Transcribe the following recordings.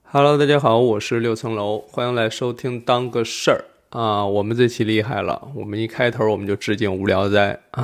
Hello，大家好，我是六层楼，欢迎来收听当个事儿啊。我们这期厉害了，我们一开头我们就致敬无聊斋啊。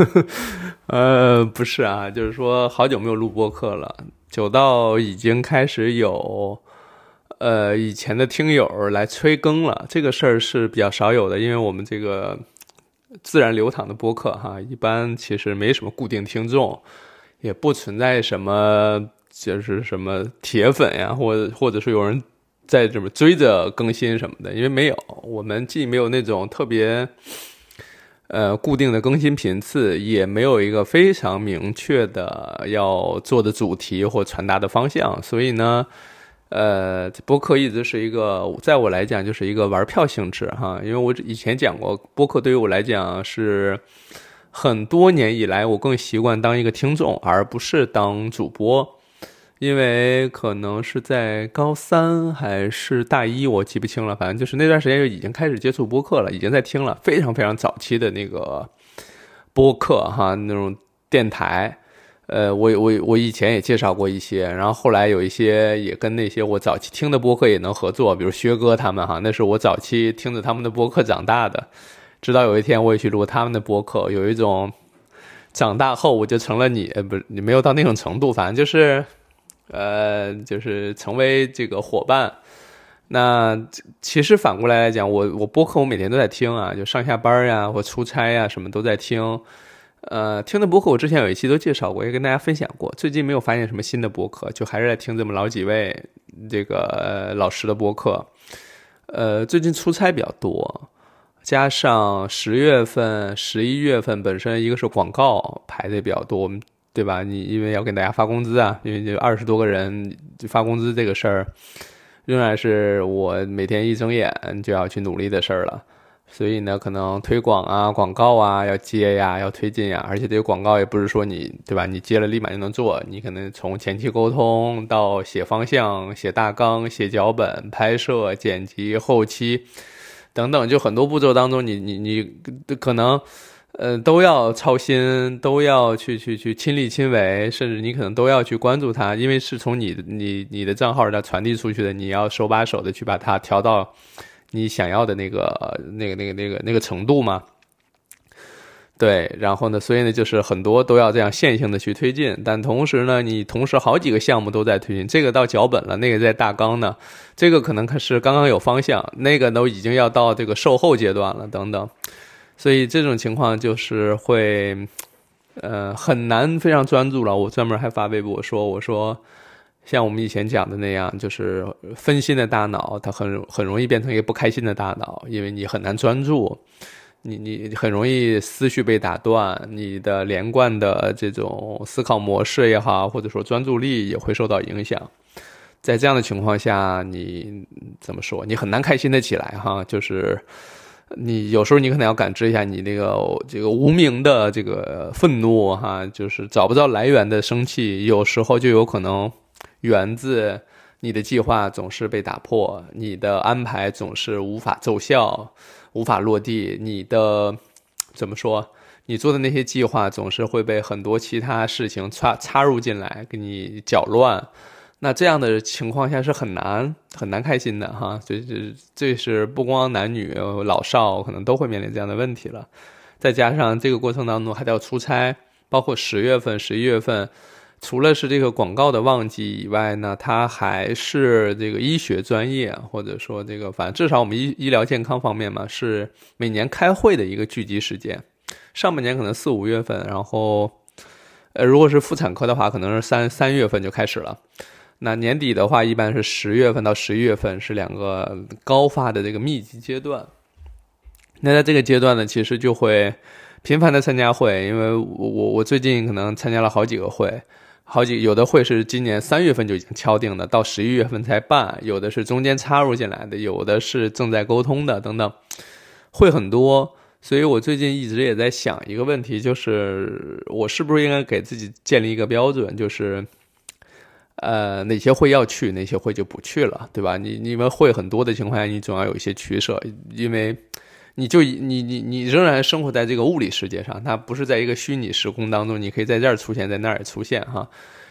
不是啊，就是说好久没有录播客了，久到已经开始有以前的听友来催更了。这个事儿是比较少有的，因为我们这个自然流淌的播客哈，一般其实没什么固定听众，也不存在什么。就是什么铁粉呀，或者是有人在这么追着更新什么的，因为没有，我们既没有那种特别固定的更新频次，也没有一个非常明确的要做的主题或传达的方向，所以呢，播客一直是一个，在我来讲就是一个玩票性质哈，因为我以前讲过，播客对于我来讲是很多年以来，我更习惯当一个听众，而不是当主播。因为可能是在高三还是大一，我记不清了。反正就是那段时间就已经开始接触播客了，已经在听了非常非常早期的那个播客哈，那种电台。我以前也介绍过一些，然后后来有一些也跟那些我早期听的播客也能合作，比如薛哥他们哈，那是我早期听着他们的播客长大的。直到有一天我也去录他们的播客，有一种长大后我就成了你，不是你没有到那种程度，反正就是。就是成为这个伙伴。那其实反过来讲，我播客我每天都在听啊，就上下班呀或出差呀什么都在听。听的播客我之前有一期都介绍过，也跟大家分享过。最近没有发现什么新的播客，就还是在听这么老几位这个老师的播客。最近出差比较多，加上10月份、11月份本身一个是广告排的比较多，我们。对吧？你因为要给大家发工资啊，因为就20多个人就发工资这个事儿，仍然是我每天一睁眼就要去努力的事儿了。所以呢，可能推广啊、广告啊要接呀、要推进呀，而且这个广告也不是说你对吧？你接了立马就能做，你可能从前期沟通到写方向、写大纲、写脚本、拍摄、剪辑、后期等等，就很多步骤当中你可能。都要操心，都要去亲力亲为，甚至你可能都要去关注它，因为是从你的账号它传递出去的，你要手把手的去把它调到你想要的那个程度嘛。对，然后呢，所以呢，就是很多都要这样线性的去推进，但同时呢，你同时好几个项目都在推进，这个到脚本了，那个在大纲呢，这个可能是刚刚有方向，那个都已经要到这个售后阶段了，等等。所以这种情况就是会，很难非常专注了。我专门还发微博说，我说，像我们以前讲的那样，就是分心的大脑，它很容易变成一个不开心的大脑，因为你很难专注，你很容易思绪被打断，你的连贯的这种思考模式也好，或者说专注力也会受到影响。在这样的情况下，你怎么说？你很难开心的起来哈，就是。你有时候你可能要感知一下你这个无名的这个愤怒哈，就是找不到来源的生气，有时候就有可能源自你的计划总是被打破，你的安排总是无法奏效，无法落地，你的怎么说？你做的那些计划总是会被很多其他事情插入进来，给你搅乱。那这样的情况下是很难开心的哈，这是不光男女老少可能都会面临这样的问题了，再加上这个过程当中还得要出差，包括10月份、11月份，除了是这个广告的旺季以外呢，它还是这个医学专业，或者说这个反正至少我们医疗健康方面嘛，是每年开会的一个聚集时间。上半年可能4、5月份，然后如果是妇产科的话，可能是3月份就开始了。那年底的话，一般是10月份到11月份是2个高发的这个密集阶段。那在这个阶段呢，其实就会频繁的参加会，因为我最近可能参加了好几个会，有的会是今年3月份就已经敲定的，到11月份才办，有的是中间插入进来的，有的是正在沟通的等等，会很多。所以我最近一直也在想一个问题，就是我是不是应该给自己建立一个标准，就是哪些会要去，哪些会就不去了，对吧？你们会很多的情况下，你总要有一些取舍，因为你仍然生活在这个物理世界上，它不是在一个虚拟时空当中，你可以在这儿出现，在那儿也出现哈。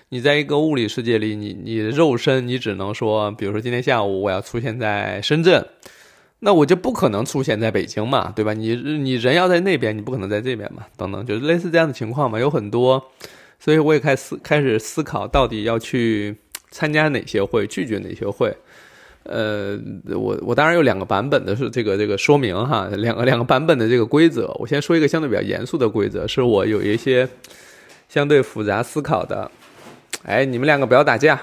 你在一个物理世界里，你的肉身你只能说，比如说今天下午我要出现在深圳，那我就不可能出现在北京嘛，对吧？你人要在那边，你不可能在这边嘛，等等，就是类似这样的情况嘛，有很多，所以我也开始思考到底要去参加哪些会，拒绝哪些会。我当然有2个版本的是这个说明哈，两个版本的这个规则。我先说一个相对比较严肃的规则，是我有一些相对复杂思考的。哎，你们2个不要打架！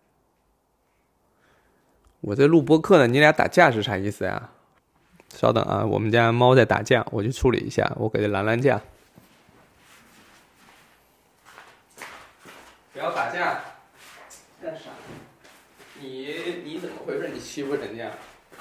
我在录播课呢，你俩打架是啥意思呀？稍等啊，我们家猫在打架，我去处理一下，我给它拦架。不要打架！干啥？你怎么回事？你欺负人家？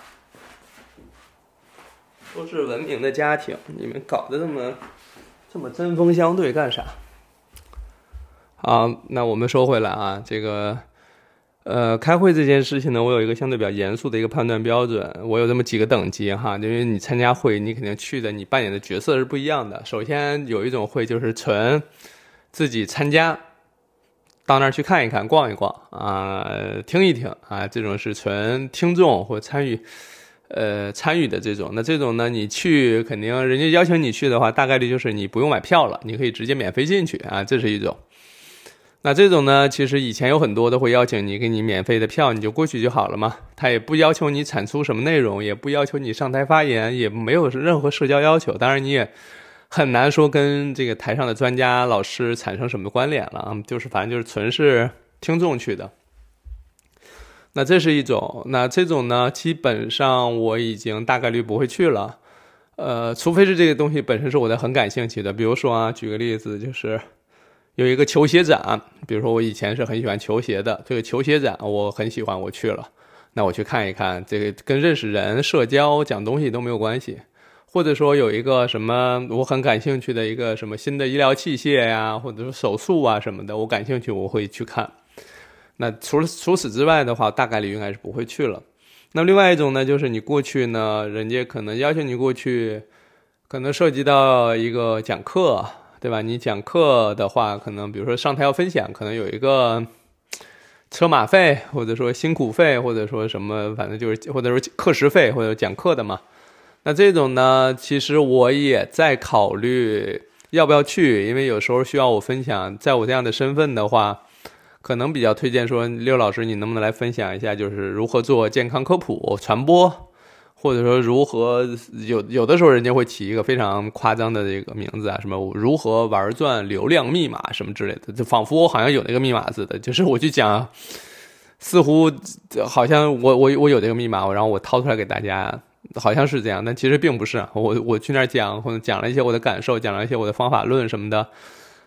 都是文明的家庭，你们搞得这么针锋相对干啥？好，那我们说回来啊，这个开会这件事情呢，我有一个相对比较严肃的一个判断标准，我有这么几个等级哈，因为你参加会，你肯定去的，你扮演的角色是不一样的。首先有一种会就是纯自己参加。到那儿去看一看、逛一逛啊，听一听啊，这种是纯听众或参与的这种。那这种呢，你去肯定人家邀请你去的话，大概率就是你不用买票了，你可以直接免费进去啊，这是一种。那这种呢，其实以前有很多都会邀请你，给你免费的票，你就过去就好了嘛。他也不要求你产出什么内容，也不要求你上台发言，也没有任何社交要求。当然你也很难说跟这个台上的专家老师产生什么关联了啊，就是反正就是纯是听众去的。那这是一种，那这种呢，基本上我已经大概率不会去了，除非是这个东西本身是我很感兴趣的，比如说啊，举个例子，就是有一个球鞋展，比如说我以前是很喜欢球鞋的，这个球鞋展我很喜欢，我去了，那我去看一看，这个跟认识人、社交、讲东西都没有关系。或者说有一个什么我很感兴趣的一个什么新的医疗器械呀，或者说手术啊什么的，我感兴趣我会去看。那除此之外的话，大概率应该是不会去了。那另外一种呢，就是你过去呢，人家可能邀请你过去，可能涉及到一个讲课，对吧？你讲课的话，可能比如说上台要分享，可能有一个车马费，或者说辛苦费，或者说什么，反正就是或者说课时费，或者讲课的嘛。那这种呢，其实我也在考虑要不要去，因为有时候需要我分享，在我这样的身份的话，可能比较推荐说，刘老师你能不能来分享一下，就是如何做健康科普传播，或者说如何有的时候人家会起一个非常夸张的这个名字啊，什么如何玩转流量密码什么之类的，就仿佛我好像有那个密码似的，就是我去讲，似乎好像我有这个密码，然后我掏出来给大家。好像是这样，但其实并不是。我去那儿讲，或者讲了一些我的感受，讲了一些我的方法论什么的。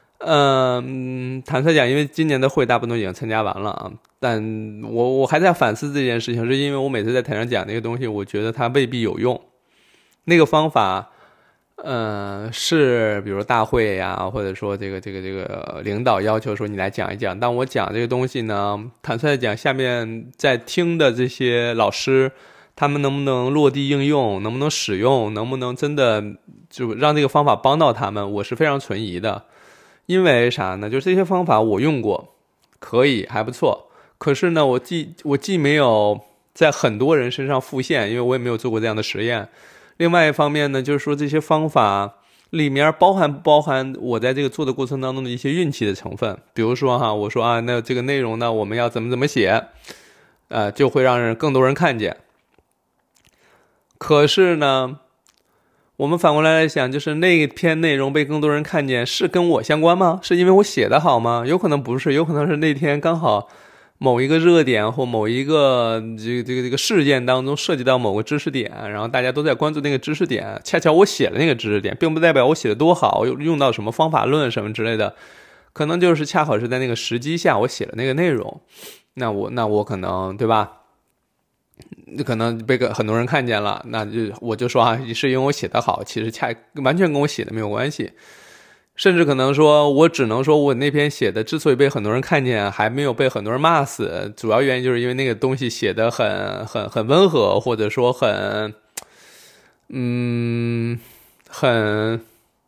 坦率讲，因为今年的会大部分都已经参加完了啊，但我还在反思这件事情，是因为我每次在台上讲那个东西，我觉得它未必有用。那个方法，是比如大会呀，或者说这个领导要求说你来讲一讲，但我讲这个东西呢，坦率讲，下面在听的这些老师。他们能不能落地应用，能不能使用，能不能真的就让这个方法帮到他们，我是非常存疑的。因为啥呢？就是这些方法我用过，可以还不错，可是呢我既没有在很多人身上复现，因为我也没有做过这样的实验。另外一方面呢，就是说这些方法里面包含我在这个做的过程当中的一些运气的成分。比如说哈，我说啊，那这个内容呢我们要怎么写，就会让更多人看见。可是呢，我们反过来想，就是那篇内容被更多人看见，是跟我相关吗？是因为我写的好吗？有可能不是，有可能是那天刚好某一个热点或某一个这个事件当中涉及到某个知识点，然后大家都在关注那个知识点，恰巧我写了那个知识点，并不代表我写的多好，用到什么方法论什么之类的，可能就是恰好是在那个时机下我写了那个内容，那我可能对吧？可能被很多人看见了，那我就说啊，是因为我写得好，其实完全跟我写的没有关系，甚至可能说我只能说我那篇写的之所以被很多人看见，还没有被很多人骂死，主要原因就是因为那个东西写的很温和，或者说很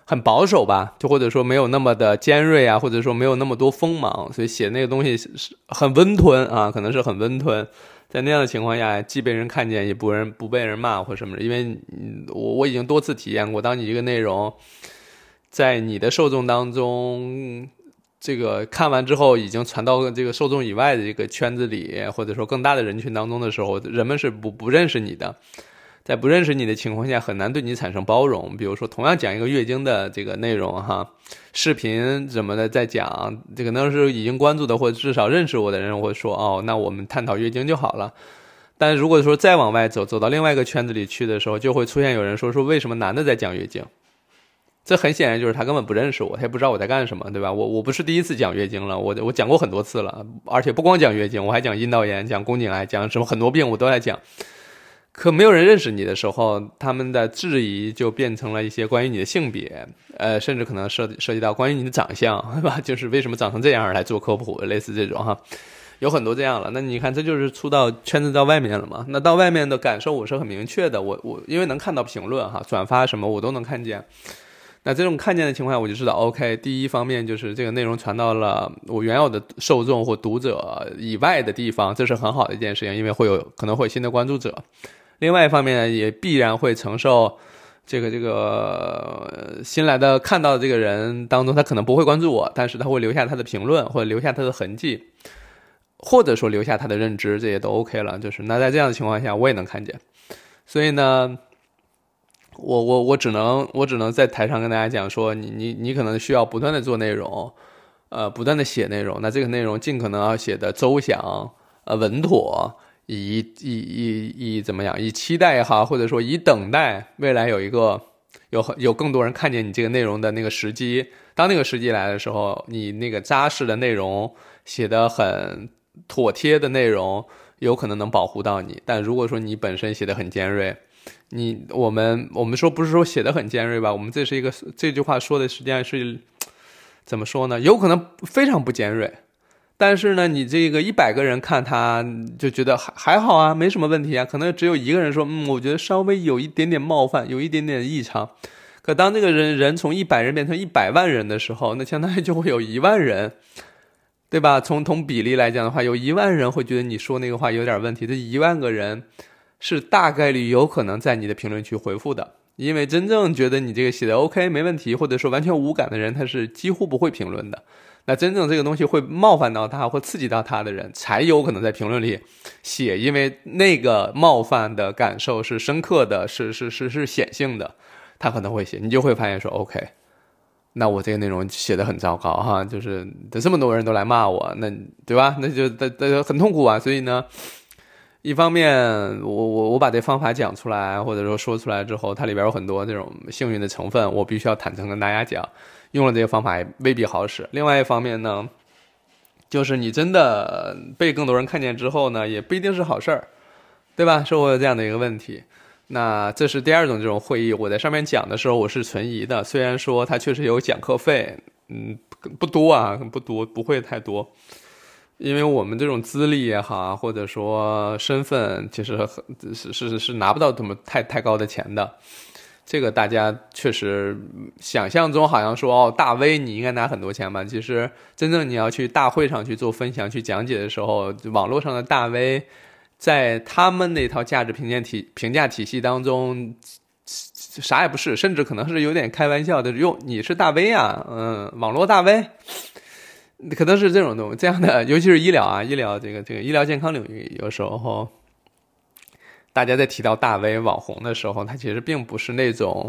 很保守吧，就或者说没有那么的尖锐啊，或者说没有那么多锋芒，所以写那个东西是很温吞啊，可能是很温吞。在那样的情况下，既被人看见，也不被人骂或什么的，因为我已经多次体验过，当你一个内容在你的受众当中，这个看完之后已经传到这个受众以外的这个圈子里，或者说更大的人群当中的时候，人们是不认识你的。在不认识你的情况下，很难对你产生包容。比如说，同样讲一个月经的这个内容哈，视频什么的在讲，这个可能是已经关注的或者至少认识我的人会说，哦，那我们探讨月经就好了。但如果说再往外走到另外一个圈子里去的时候，就会出现有人说为什么男的在讲月经？这很显然就是他根本不认识我，他也不知道我在干什么，对吧？我不是第一次讲月经了，我讲过很多次了，而且不光讲月经，我还讲阴道炎、讲宫颈癌、讲什么很多病我都在讲。可没有人认识你的时候，他们的质疑就变成了一些关于你的性别，甚至可能涉及到关于你的长相，对吧？就是为什么长成这样来做科普，类似这种哈，有很多这样了。那你看，这就是出到圈子到外面了嘛？那到外面的感受我是很明确的，我因为能看到评论哈，转发什么我都能看见。那这种看见的情况下，我就知道 OK， 第一方面就是这个内容传到了我原有的受众或读者以外的地方，这是很好的一件事情，因为可能会有新的关注者。另外一方面也必然会承受这个新来的看到的这个人当中，他可能不会关注我，但是他会留下他的评论或者留下他的痕迹，或者说留下他的认知，这也都 OK 了。就是那在这样的情况下我也能看见，所以呢我只能在台上跟大家讲说，你可能需要不断的做内容，不断的写内容，那这个内容尽可能要写的周详，稳妥，以怎么样？以期待也好，或者说以等待未来有更多人看见你这个内容的那个时机。当那个时机来的时候，你那个扎实的内容写得很妥帖的内容，有可能能保护到你。但如果说你本身写得很尖锐，我们说不是说写得很尖锐吧？我们这句话说的实际上是怎么说呢？有可能非常不尖锐。但是呢，你这个100个人看他就觉得还好啊，没什么问题啊，可能只有一个人说，我觉得稍微有一点点冒犯，有一点点异常。可当这个人从100人变成100万人的时候，那相当于就会有1万人，对吧？从比例来讲的话，有1万人会觉得你说那个话有点问题，这1万个人是大概率有可能在你的评论区回复的，因为真正觉得你这个写的 OK 没问题，或者说完全无感的人，他是几乎不会评论的。那真正这个东西会冒犯到他或刺激到他的人才有可能在评论里写，因为那个冒犯的感受是深刻的，是显性的，他可能会写，你就会发现说 OK， 那我这个内容写得很糟糕哈，就是这么多人都来骂我，那对吧？那就很痛苦啊。所以呢，一方面我把这方法讲出来或者说出来之后，它里边有很多这种幸运的成分，我必须要坦诚跟大家讲，用了这个方法也未必好使。另外一方面呢，就是你真的被更多人看见之后呢，也不一定是好事儿，对吧？是我有这样的一个问题。那这是第二种这种会议，我在上面讲的时候我是存疑的，虽然说它确实有讲课费，不多啊，不多，不会太多。因为我们这种资历也好，或者说身份，其实是拿不到这么太高的钱的。这个大家确实想象中好像说大 V 你应该拿很多钱吧，其实真正你要去大会上去做分享去讲解的时候，网络上的大 V 在他们那套价值评价体系当中啥也不是，甚至可能是有点开玩笑的，你是大 V 啊，网络大 V， 可能是这种东西，这样的，尤其是医疗这个医疗健康领域，有时候大家在提到大 V 网红的时候，他其实并不是那种，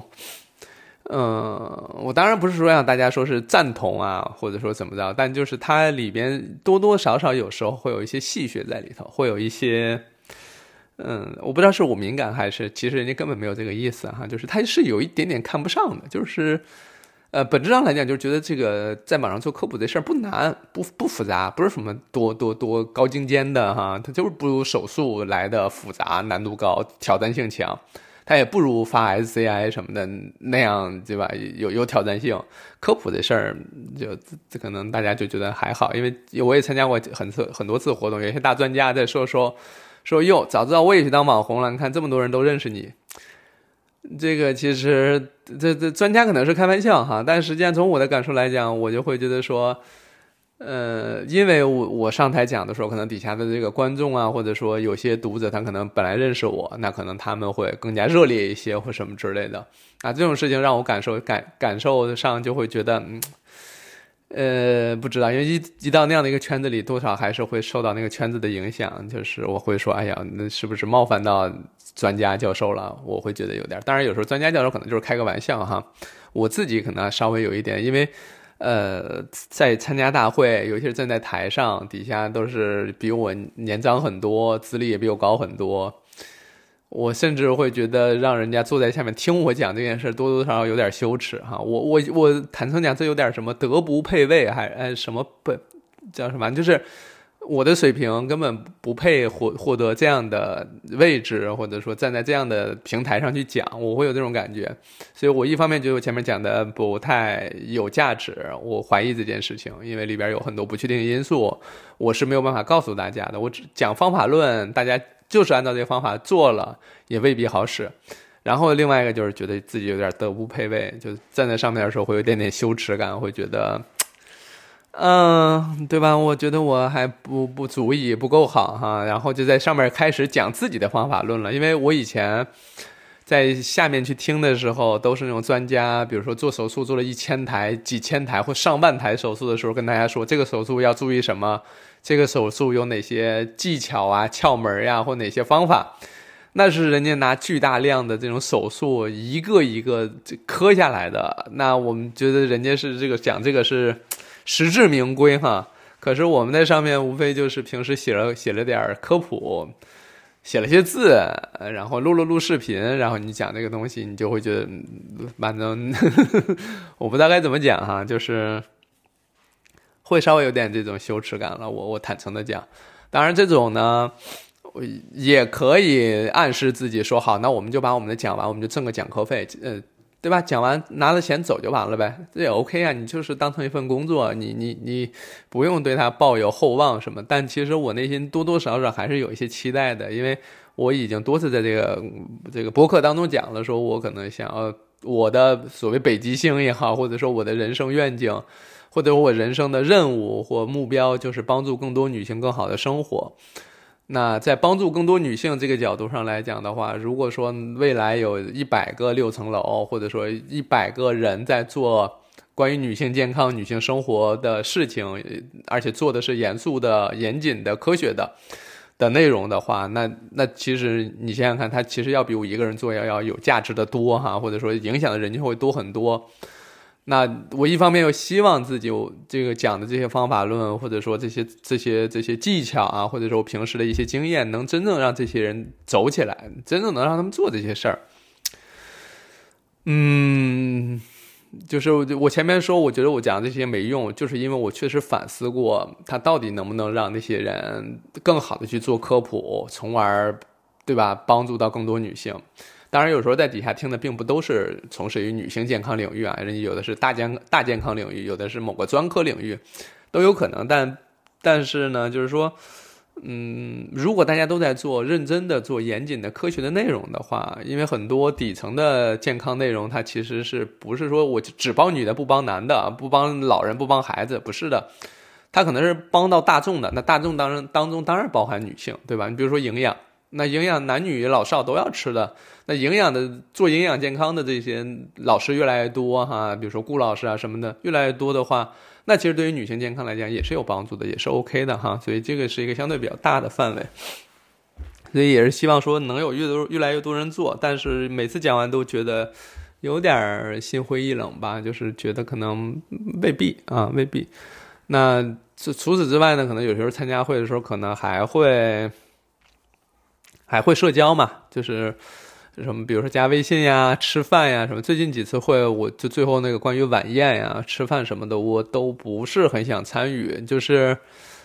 我当然不是说让大家说是赞同啊，或者说怎么着，但就是它里边多多少少有时候会有一些戏谑在里头，会有一些，我不知道是我敏感还是其实人家根本没有这个意思哈，就是他是有一点点看不上的，就是。本质上来讲，就是觉得这个在网上做科普这事儿不难，不复杂，不是什么多高精尖的哈，它就是不如手术来的复杂、难度高、挑战性强，它也不如发 SCI 什么的那样，对吧？有挑战性。科普这事儿就这可能大家就觉得还好，因为我也参加过很多次活动，有些大专家在说哟，早知道我也去当网红了，你看这么多人都认识你。 这个其实这专家可能是开玩笑哈，但实际上从我的感受来讲，我就会觉得说，因为我上台讲的时候，可能底下的这个观众啊，或者说有些读者，他可能本来认识我，那可能他们会更加热烈一些或什么之类的啊，这种事情让我感受上就会觉得，不知道，因为一到那样的一个圈子里，多少还是会受到那个圈子的影响，就是我会说，哎呀，那是不是冒犯到专家教授了？我会觉得有点，当然有时候专家教授可能就是开个玩笑哈，我自己可能稍微有一点，因为在参加大会，尤其是站在台上，底下都是比我年长很多，资历也比我高很多，我甚至会觉得让人家坐在下面听我讲这件事，多多少少有点羞耻哈。我坦诚讲，这有点什么德不配位，还什么不叫什么，就是我的水平根本不配获得这样的位置，或者说站在这样的平台上去讲，我会有这种感觉。所以我一方面觉得我前面讲的不太有价值，我怀疑这件事情，因为里边有很多不确定因素，我是没有办法告诉大家的。我只讲方法论，大家就是按照这个方法做了，也未必好使。然后另外一个就是觉得自己有点德不配位，就站在上面的时候会有一点点羞耻感，会觉得对吧？我觉得我还不足以不够好哈，然后就在上面开始讲自己的方法论了。因为我以前在下面去听的时候，都是那种专家，比如说做手术做了1000台、几千台或上万台手术的时候，跟大家说这个手术要注意什么，这个手术有哪些技巧啊、窍门呀，或哪些方法。那是人家拿巨大量的这种手术一个一个磕下来的，那我们觉得人家是这个讲这个是实至名归哈。可是我们在上面无非就是平时写了点科普，写了些字，然后录视频，然后你讲这个东西，你就会觉得反正我不知道该怎么讲哈，就是会稍微有点这种羞耻感了。我坦诚的讲，当然这种呢也可以暗示自己说好，那我们就把我们的讲完，我们就挣个讲课费，对吧？讲完拿了钱走就完了呗，这也 OK 啊。你就是当成一份工作，你不用对他抱有厚望什么。但其实我内心多多少少还是有一些期待的，因为我已经多次在这个播客当中讲了，说我可能想要我的所谓北极星也好，或者说我的人生愿景，或者我人生的任务或目标，就是帮助更多女性更好的生活。那在帮助更多女性这个角度上来讲的话，如果说未来有100个6层楼，或者说100个人在做关于女性健康、女性生活的事情，而且做的是严肃的、严谨的、科学的内容的话，那其实你想想看，它其实要比我一个人做要有价值的多哈，或者说影响的人就会多很多。那我一方面又希望自己这个讲的这些方法论，或者说这些技巧啊，或者说我平时的一些经验，能真正让这些人走起来，真正能让他们做这些事儿。就是我前面说，我觉得我讲这些没用，就是因为我确实反思过，他到底能不能让那些人更好的去做科普，从而，对吧，帮助到更多女性。当然有时候在底下听的并不都是从事于女性健康领域啊，人家有的是大健康领域，有的是某个专科领域，都有可能。但是呢，就是说如果大家都在做认真的做严谨的科学的内容的话，因为很多底层的健康内容它其实是不是说我只帮女的不帮男的，不帮老人不帮孩子，不是的，它可能是帮到大众的。那大众当中当然包含女性，对吧？你比如说营养，那营养男女老少都要吃的，那做营养健康的这些老师越来越多哈，比如说顾老师啊什么的越来越多的话，那其实对于女性健康来讲也是有帮助的，也是 OK 的哈。所以这个是一个相对比较大的范围，所以也是希望说能有越来越多人做。但是每次讲完都觉得有点心灰意冷吧，就是觉得可能未必。那除此之外呢，可能有时候参加会的时候可能还会社交嘛，就是什么比如说加微信呀、吃饭呀什么。最近几次会我就最后那个关于晚宴呀、吃饭什么的我都不是很想参与，就是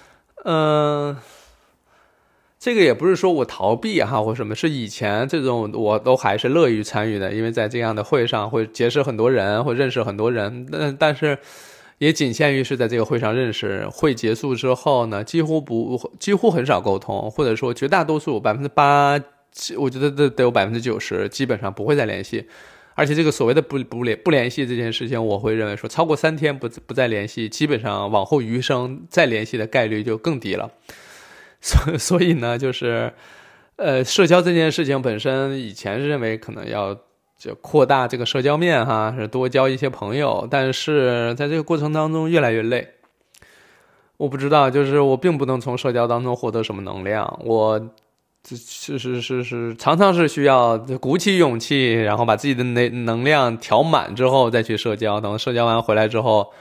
这个也不是说我逃避哈或什么，是以前这种我都还是乐于参与的，因为在这样的会上会结识很多人，会认识很多人，但是也仅限于是在这个会上认识，会结束之后呢，几乎很少沟通，或者说绝大多数我觉得得有90%基本上不会再联系。而且这个所谓的不联系这件事情，我会认为说超过3天不再联系，基本上往后余生再联系的概率就更低了。所以呢，就是社交这件事情本身，以前是认为可能要就扩大这个社交面哈，是多交一些朋友，但是在这个过程当中越来越累。我不知道，就是我并不能从社交当中获得什么能量，我常常是需要鼓起勇气，然后把自己的能量调满之后再去社交。等社交完回来之后，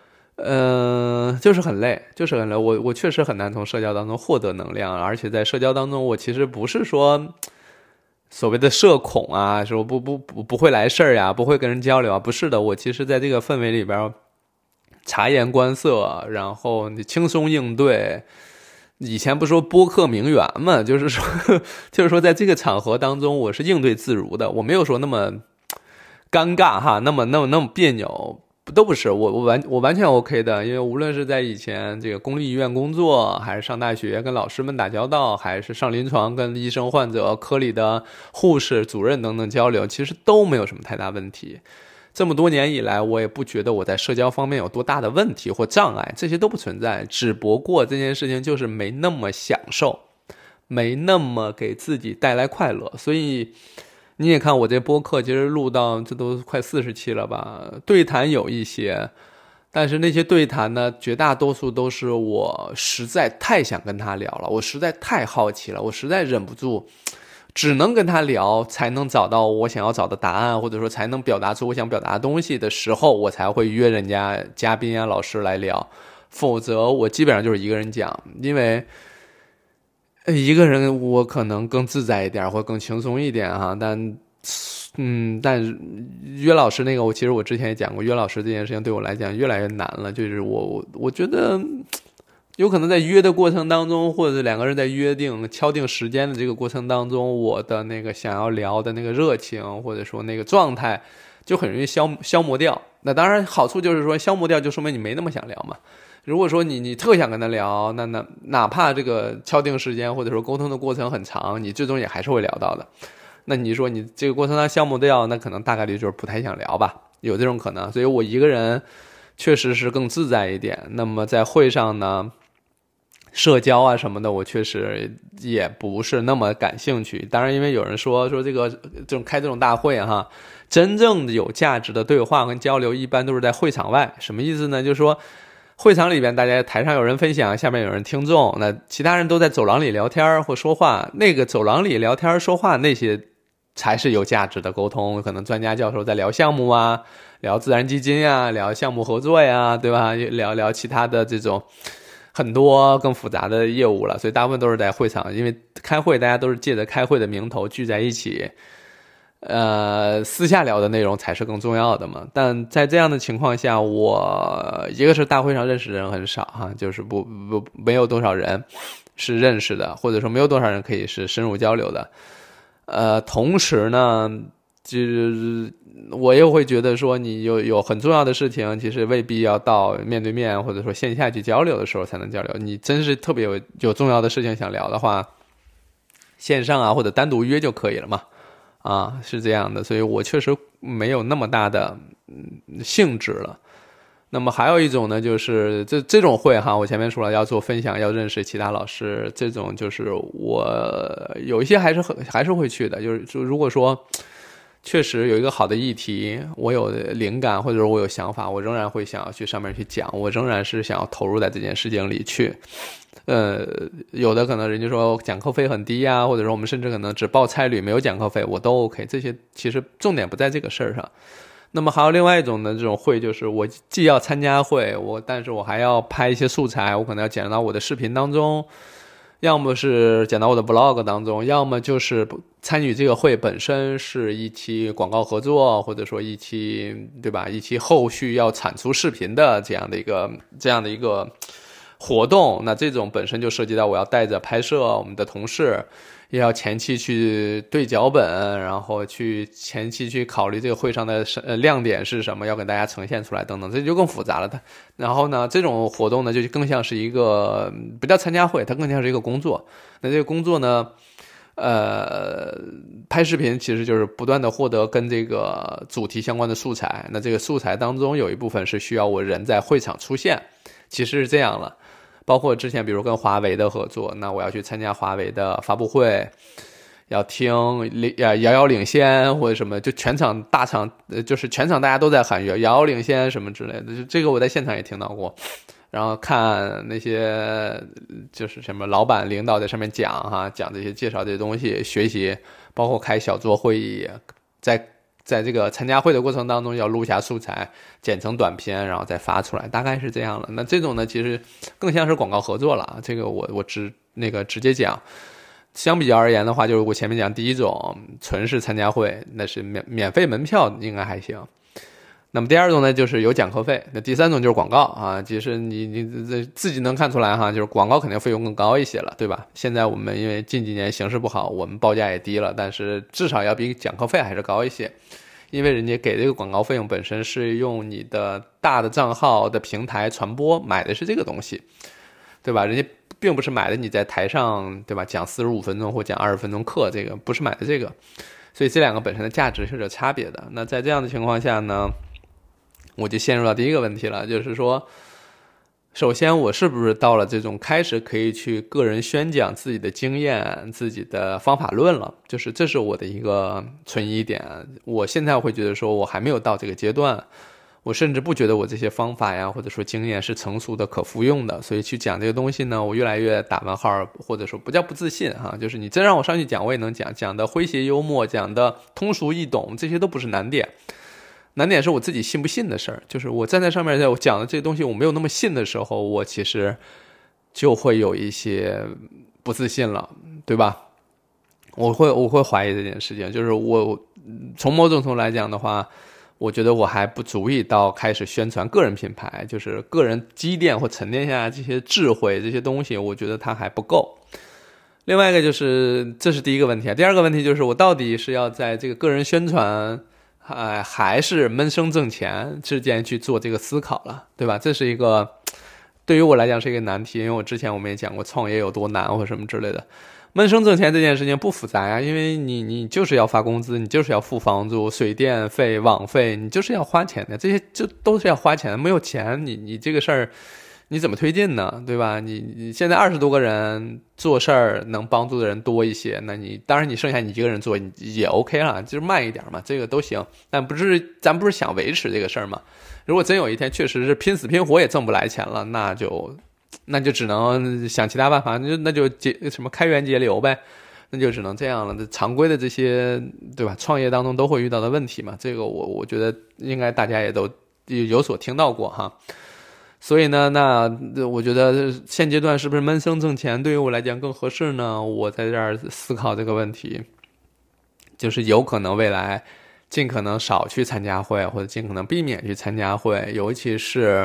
就是很累。我确实很难从社交当中获得能量，而且在社交当中，我其实不是说所谓的社恐啊，说不会来事儿呀，不会跟人交流啊，不是的。我其实在这个氛围里边察言观色，然后你轻松应对。以前不说播客名媛嘛，就是说在这个场合当中我是应对自如的，我没有说那么尴尬哈，那么别扭，都不是，我完全 OK 的。因为无论是在以前这个公立医院工作，还是上大学跟老师们打交道，还是上临床跟医生患者科里的护士主任等等交流，其实都没有什么太大问题。这么多年以来，我也不觉得我在社交方面有多大的问题或障碍，这些都不存在。只不过这件事情就是没那么享受，没那么给自己带来快乐。所以你也看我这播客，其实录到这都快40期了吧，对谈有一些，但是那些对谈呢，绝大多数都是我实在太想跟他聊了，我实在太好奇了，我实在忍不住，只能跟他聊，才能找到我想要找的答案，或者说才能表达出我想表达的东西的时候，我才会约人家嘉宾啊、老师来聊。否则我基本上就是一个人讲，因为一个人我可能更自在一点，或更轻松一点哈。但约老师那个，其实我之前也讲过，约老师这件事情对我来讲越来越难了。就是我觉得有可能在约的过程当中，或者两个人在敲定时间的这个过程当中，我的那个想要聊的那个热情，或者说那个状态，就很容易消磨掉。那当然好处就是说消磨掉，就说明你没那么想聊嘛。如果说你特想跟他聊，那哪怕这个敲定时间或者说沟通的过程很长，你最终也还是会聊到的。那你说你这个过程当中消磨掉，那可能大概率就是不太想聊吧，有这种可能。所以我一个人确实是更自在一点。那么在会上呢，社交啊什么的，我确实也不是那么感兴趣。当然因为有人说这种开这种大会哈，真正有价值的对话跟交流一般都是在会场外。什么意思呢？就是说会场里边大家台上有人分享，下面有人听众，那其他人都在走廊里聊天或说话，那个走廊里聊天说话那些才是有价值的沟通。可能专家教授在聊项目啊，聊自然基金啊，聊项目合作呀，对吧？聊其他的这种很多更复杂的业务了。所以大部分都是在会场，因为开会大家都是借着开会的名头聚在一起，私下聊的内容才是更重要的嘛。但在这样的情况下，我一个是大会上认识的人很少哈，就是没有多少人是认识的，或者说没有多少人可以是深入交流的。同时呢，就是我又会觉得说，你有很重要的事情，其实未必要到面对面或者说线下去交流的时候才能交流。你真是特别有重要的事情想聊的话，线上啊或者单独约就可以了嘛。是这样的，所以我确实没有那么大的兴致了。那么还有一种呢，就是这种会哈，我前面说了要做分享，要认识其他老师，这种就是我有一些还是会去的。就如果说确实有一个好的议题，我有灵感或者我有想法，我仍然会想要去上面去讲，我仍然是想要投入在这件事情里去。有的可能人家说讲课费很低啊，或者说我们甚至可能只报差旅没有讲课费，我都 OK。这些其实重点不在这个事儿上。那么还有另外一种呢，这种会就是我既要参加会，但是我还要拍一些素材，我可能要剪到我的视频当中，要么是剪到我的 vlog 当中，要么就是参与这个会本身是一期广告合作，或者说一期对吧，一期后续要产出视频的这样的一个活动。那这种本身就涉及到我要带着拍摄我们的同事，也要前期去对脚本，然后前期去考虑这个会上的亮点是什么，要给大家呈现出来等等，这就更复杂了。然后呢，这种活动呢就更像是一个不叫参加会，它更像是一个工作。那这个工作呢拍视频其实就是不断的获得跟这个主题相关的素材，那这个素材当中有一部分是需要我人在会场出现，其实是这样了。包括之前比如跟华为的合作，那我要去参加华为的发布会，要听遥遥领先或者什么，就全场大场就是全场大家都在喊遥遥领先什么之类的，就这个我在现场也听到过。然后看那些就是什么老板领导在上面讲讲这些介绍这些东西，学习，包括开小桌会议，在这个参加会的过程当中要录下素材，剪成短片，然后再发出来，大概是这样了。那这种呢，其实更像是广告合作了。这个我直接讲。相比较而言的话，就是我前面讲第一种纯是参加会，那是免费门票应该还行。那么第二种呢，就是有讲课费。那第三种就是广告啊，其实你自己能看出来哈，就是广告肯定费用更高一些了，对吧？现在我们因为近几年形势不好，我们报价也低了，但是至少要比讲课费还是高一些，因为人家给这个广告费用本身是用你的大的账号的平台传播，买的是这个东西，对吧？人家并不是买的你在台上，对吧？讲45分钟或讲20分钟课，这个不是买的这个，所以这两个本身的价值是有差别的。那在这样的情况下呢，我就陷入到第一个问题了，就是说，首先我是不是到了这种开始可以去个人宣讲自己的经验、自己的方法论了？就是这是我的一个存疑点。我现在会觉得说我还没有到这个阶段，我甚至不觉得我这些方法呀或者说经验是成熟的可服用的，所以去讲这个东西呢，我越来越打问号，或者说不叫不自信哈，就是你真让我上去讲我也能讲的诙谐幽默，讲的通俗易懂，这些都不是难点。难点是我自己信不信的事儿，就是我站在上面，我讲的这些东西我没有那么信的时候，我其实就会有一些不自信了，对吧？我会怀疑这件事情，就是我从某种程度来讲的话，我觉得我还不足以到开始宣传个人品牌，就是个人积淀或沉淀下这些智慧这些东西，我觉得它还不够。另外一个就是这是第一个问题，第二个问题就是我到底是要在这个个人宣传还是闷声挣钱之间去做这个思考了，对吧？这是一个对于我来讲是一个难题，因为我之前我们也讲过创业有多难或什么之类的。闷声挣钱这件事情不复杂呀，因为你就是要发工资，你就是要付房租、水电费、网费，你就是要花钱的，这些就都是要花钱的，没有钱你这个事儿你怎么推进呢？对吧？你现在20多个人做事儿能帮助的人多一些，那你当然你剩下你一个人做也 OK 了，就是慢一点嘛，这个都行。但咱不是想维持这个事儿嘛？如果真有一天确实是拼死拼活也挣不来钱了，那就只能想其他办法，那就什么开源节流呗，那就只能这样了。常规的这些对吧？创业当中都会遇到的问题嘛，这个我觉得应该大家也都有所听到过哈。所以呢，那我觉得现阶段是不是闷声挣钱对于我来讲更合适呢？我在这儿思考这个问题，就是有可能未来尽可能少去参加会，或者尽可能避免去参加会，尤其是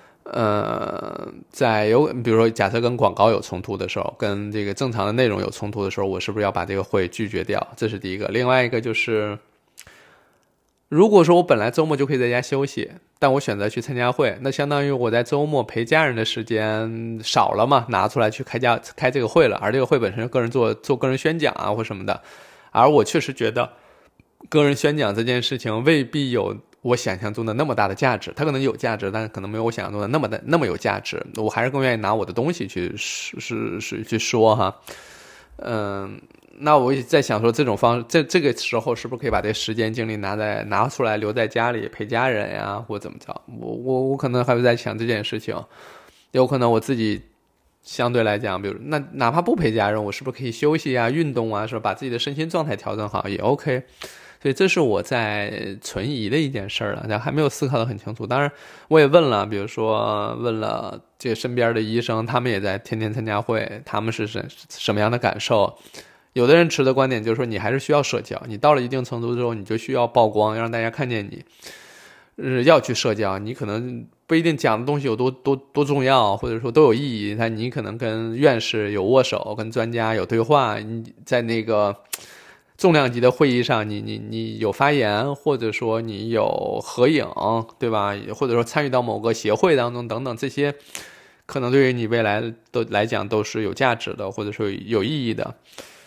比如说假设跟广告有冲突的时候，跟这个正常的内容有冲突的时候，我是不是要把这个会拒绝掉？这是第一个。另外一个就是，如果说我本来周末就可以在家休息，但我选择去参加会，那相当于我在周末陪家人的时间少了嘛，拿出来去开这个会了，而这个会本身个人做个人宣讲啊或什么的，而我确实觉得个人宣讲这件事情未必有我想象中的那么大的价值，它可能有价值，但可能没有我想象中的那么有价值，我还是更愿意拿我的东西去说哈。那我也在想说，这种方式，这个时候是不是可以把这时间精力拿出来留在家里陪家人呀，或怎么着？我可能还会在想这件事情，有可能我自己相对来讲，比如那哪怕不陪家人，我是不是可以休息啊、运动啊，是吧？把自己的身心状态调整好也 OK。所以这是我在存疑的一件事了，但还没有思考得很清楚。当然，我也问了，比如说问了这个身边的医生，他们也在天天参加会，他们是什么样的感受？有的人持的观点就是说，你还是需要社交，你到了一定程度之后，你就需要曝光，要让大家看见你，要去社交。你可能不一定讲的东西有多重要，或者说都有意义，但你可能跟院士有握手，跟专家有对话，你在那个重量级的会议上，你有发言，或者说你有合影，对吧？或者说参与到某个协会当中等等，这些可能对于你未来来讲都是有价值的，或者说有意义的。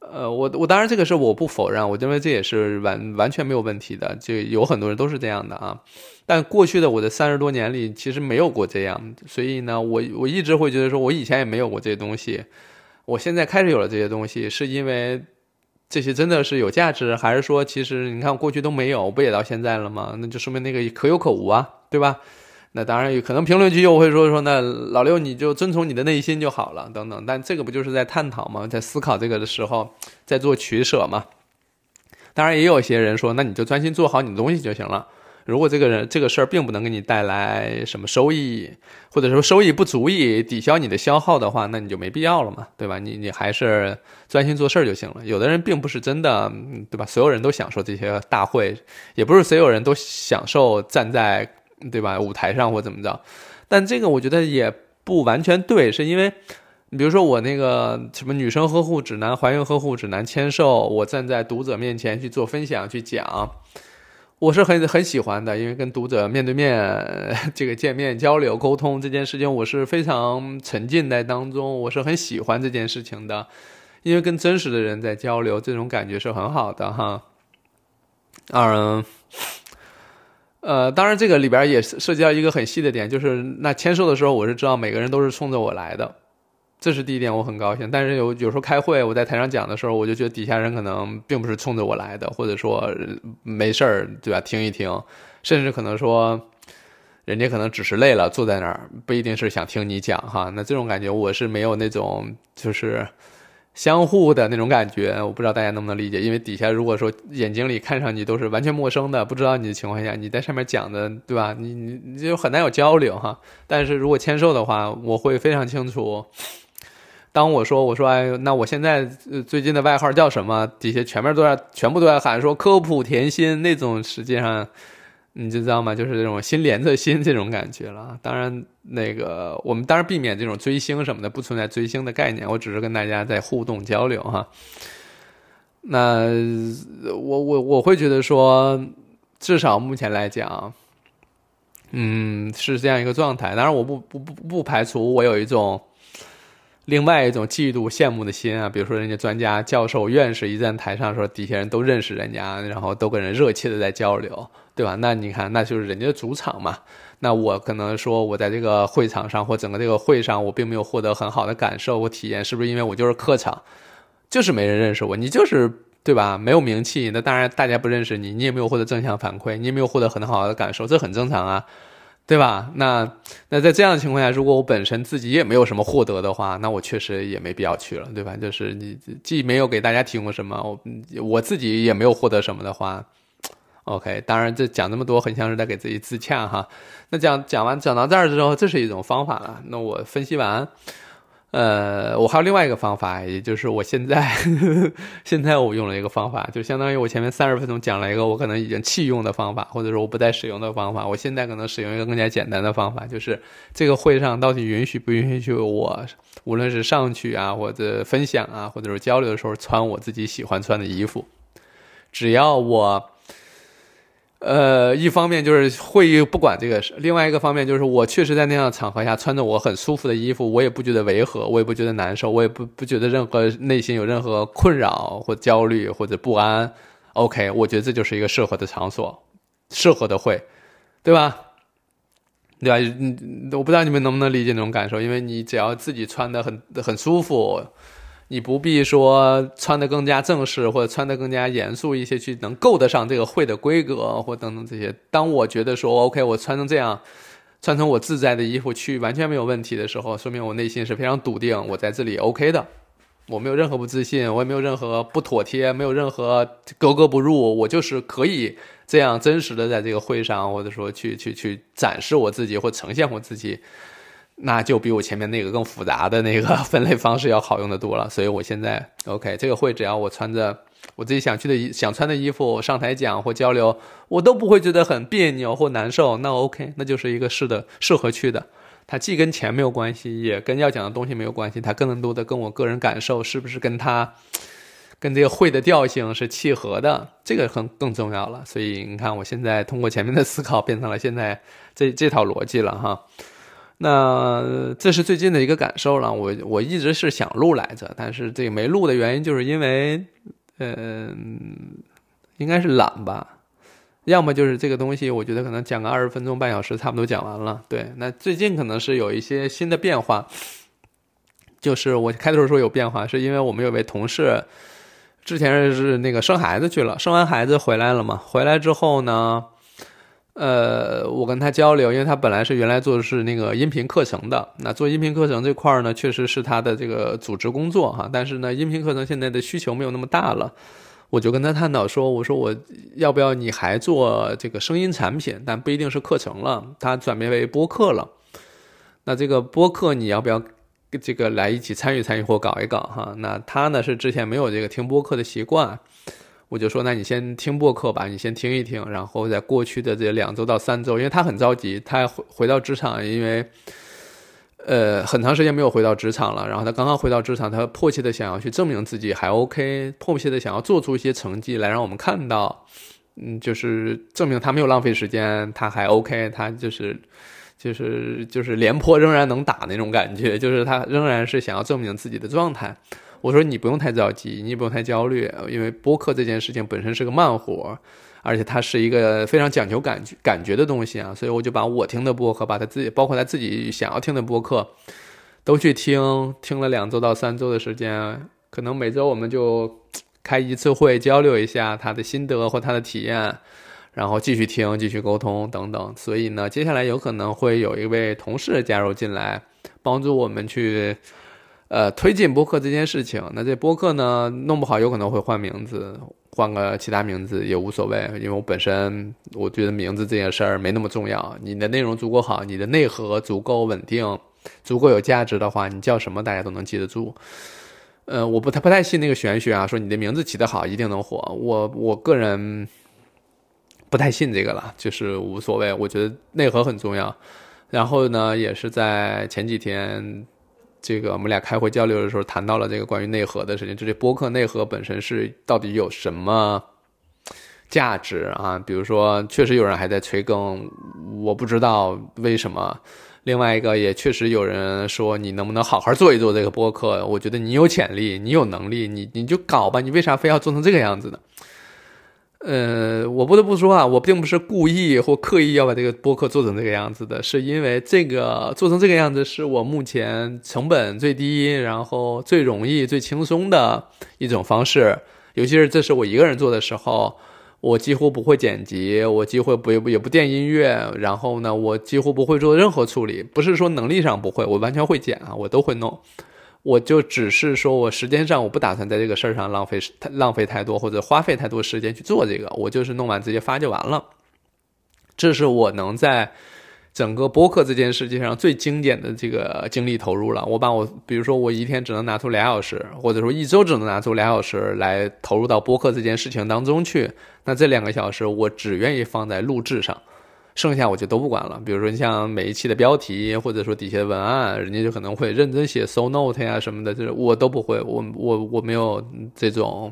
我当然这个是我不否认，我认为这也是完全没有问题的，就有很多人都是这样的啊。但过去的我的30多年里，其实没有过这样，所以呢，我一直会觉得说，我以前也没有过这些东西，我现在开始有了这些东西，是因为这些真的是有价值，还是说其实你看过去都没有，不也到现在了吗？那就说明那个可有可无啊，对吧？那当然可能评论区又会说那老六你就遵从你的内心就好了等等，但这个不就是在探讨吗？在思考这个的时候在做取舍嘛。当然也有些人说那你就专心做好你的东西就行了，如果这个事儿并不能给你带来什么收益，或者说收益不足以抵消你的消耗的话，那你就没必要了嘛，对吧？你还是专心做事儿就行了。有的人并不是真的，对吧？所有人都享受这些大会，也不是所有人都享受站在，对吧，舞台上或怎么着。但这个我觉得也不完全对，是因为比如说我那个什么女生呵护指南、怀孕呵护指南签售，我站在读者面前去做分享去讲，我是很喜欢的，因为跟读者面对面这个见面交流沟通这件事情，我是非常沉浸在当中，我是很喜欢这件事情的，因为跟真实的人在交流，这种感觉是很好的哈。当然这个里边也涉及到一个很细的点，就是那签售的时候我是知道每个人都是冲着我来的，这是第一点，我很高兴。但是有时候开会我在台上讲的时候，我就觉得底下人可能并不是冲着我来的，或者说没事儿，对吧，听一听，甚至可能说人家可能只是累了坐在那儿，不一定是想听你讲哈。那这种感觉我是没有那种就是相互的那种感觉，我不知道大家能不能理解。因为底下如果说眼睛里看上去都是完全陌生的，不知道你的情况下，你在上面讲的，对吧？你就很难有交流哈。但是如果签售的话，我会非常清楚。当我说哎，那我现在最近的外号叫什么？底下全部都在喊说科普甜心那种，实际上你就知道吗？就是这种心连着心这种感觉了。当然，那个我们当然避免这种追星什么的，不存在追星的概念。我只是跟大家在互动交流哈。那我会觉得说，至少目前来讲，是这样一个状态。当然，我不排除我有另外一种嫉妒羡慕的心啊，比如说人家专家教授院士一站台上说底下人都认识人家，然后都跟人热切的在交流，对吧？那你看那就是人家的主场嘛。那我可能说我在这个会场上或整个这个会上我并没有获得很好的感受或体验，是不是因为我就是客场，就是没人认识我，你就是对吧，没有名气，那当然大家不认识你，你也没有获得正向反馈，你也没有获得很好的感受，这很正常啊，对吧？那在这样的情况下，如果我本身自己也没有什么获得的话，那我确实也没必要去了，对吧？就是你既没有给大家提供什么，我自己也没有获得什么的话 ，OK。当然，这讲这么多，很像是在给自己自洽哈。那讲到这儿之后，这是一种方法了。那我分析完。我还有另外一个方法，也就是我现在我用了一个方法，就相当于我前面30分钟讲了一个我可能已经弃用的方法，或者说我不再使用的方法，我现在可能使用一个更加简单的方法，就是这个会上到底允许不允许我无论是上去啊，或者分享啊，或者是交流的时候穿我自己喜欢穿的衣服，只要我一方面就是会议不管这个事，另外一个方面就是我确实在那样的场合下穿着我很舒服的衣服，我也不觉得违和，我也不觉得难受，我也不觉得内心有任何困扰或焦虑或者不安。OK， 我觉得这就是一个适合的场所，适合的会，对吧？对吧？我不知道你们能不能理解那种感受，因为你只要自己穿得很舒服。你不必说穿得更加正式或者穿得更加严肃一些去能够得上这个会的规格或等等这些。当我觉得说 OK 我穿成这样，穿成我自在的衣服去完全没有问题的时候，说明我内心是非常笃定我在这里 OK 的，我没有任何不自信，我也没有任何不妥帖，没有任何格格不入，我就是可以这样真实的在这个会上或者说去展示我自己或呈现我自己，那就比我前面那个更复杂的那个分类方式要好用的多了。所以我现在 OK， 这个会只要我穿着我自己想穿的衣服上台讲或交流，我都不会觉得很别扭或难受，那 OK， 那就是一个适合去的。它既跟钱没有关系，也跟要讲的东西没有关系，它更多的跟我个人感受是不是跟这个会的调性是契合的，这个更重要了。所以你看我现在通过前面的思考变成了现在这套逻辑了哈。 那这是最近的一个感受了，我一直是想录来着，但是这个没录的原因就是因为，应该是懒吧，要么就是这个东西我觉得可能讲个20分钟半小时差不多讲完了。对，那最近可能是有一些新的变化，就是我开头说有变化，是因为我们有位同事之前是那个生孩子去了，生完孩子回来了嘛，回来之后呢。我跟他交流，因为他本来是原来做的是那个音频课程的，那做音频课程这块呢，确实是他的这个组织工作哈，但是呢，音频课程现在的需求没有那么大了，我就跟他探讨说，我说我要不要你还做这个声音产品，但不一定是课程了，他转变为播客了，那这个播客你要不要这个来一起参与参与或搞一搞哈？那他呢是之前没有这个听播客的习惯。我就说，那你先听播客吧，你先听一听，然后在过去的这2周到3周，因为他很着急，他回到职场，因为很长时间没有回到职场了，然后他刚刚回到职场，他迫切的想要去证明自己还 OK， 迫切的想要做出一些成绩来让我们看到，就是证明他没有浪费时间，他还 OK， 他就是廉颇仍然能打那种感觉，就是他仍然是想要证明自己的状态。我说你不用太着急，你也不用太焦虑，因为播客这件事情本身是个慢活，而且它是一个非常讲究感觉的东西啊，所以我就把我听的播客，把他自己包括他自己想要听的播客都去听了2周到3周的时间，可能每周我们就开一次会交流一下他的心得或他的体验，然后继续听继续沟通等等。所以呢，接下来有可能会有一位同事加入进来，帮助我们去推进播客这件事情。那这播客呢，弄不好有可能会换名字，换个其他名字也无所谓，因为我本身我觉得名字这件事儿没那么重要，你的内容足够好，你的内核足够稳定，足够有价值的话，你叫什么大家都能记得住。我不太信那个玄学啊，说你的名字起得好一定能火，我个人不太信这个了，就是无所谓，我觉得内核很重要。然后呢，也是在前几天这个我们俩开会交流的时候谈到了这个关于内核的事情，就是播客内核本身是到底有什么价值啊？比如说确实有人还在催更，我不知道为什么。另外一个也确实有人说你能不能好好做一做这个播客，我觉得你有潜力，你有能力，你就搞吧，你为啥非要做成这个样子呢？我不得不说啊，我并不是故意或刻意要把这个播客做成这个样子的，是因为这个做成这个样子是我目前成本最低，然后最容易最轻松的一种方式。尤其是这是我一个人做的时候，我几乎不会剪辑，我几乎也不垫音乐，然后呢，我几乎不会做任何处理。不是说能力上不会，我完全会剪啊，我都会弄。我就只是说我时间上我不打算在这个事儿上浪费太多或者花费太多时间去做这个，我就是弄完直接发就完了。这是我能在整个播客这件事情上最精简的这个精力投入了。比如说我一天只能拿出2小时，或者说一周只能拿出2小时来投入到播客这件事情当中去，那这2个小时我只愿意放在录制上，剩下我就都不管了。比如说你像每一期的标题或者说底下的文案，人家就可能会认真写 show note 呀什么的，这我都不会，我没有这种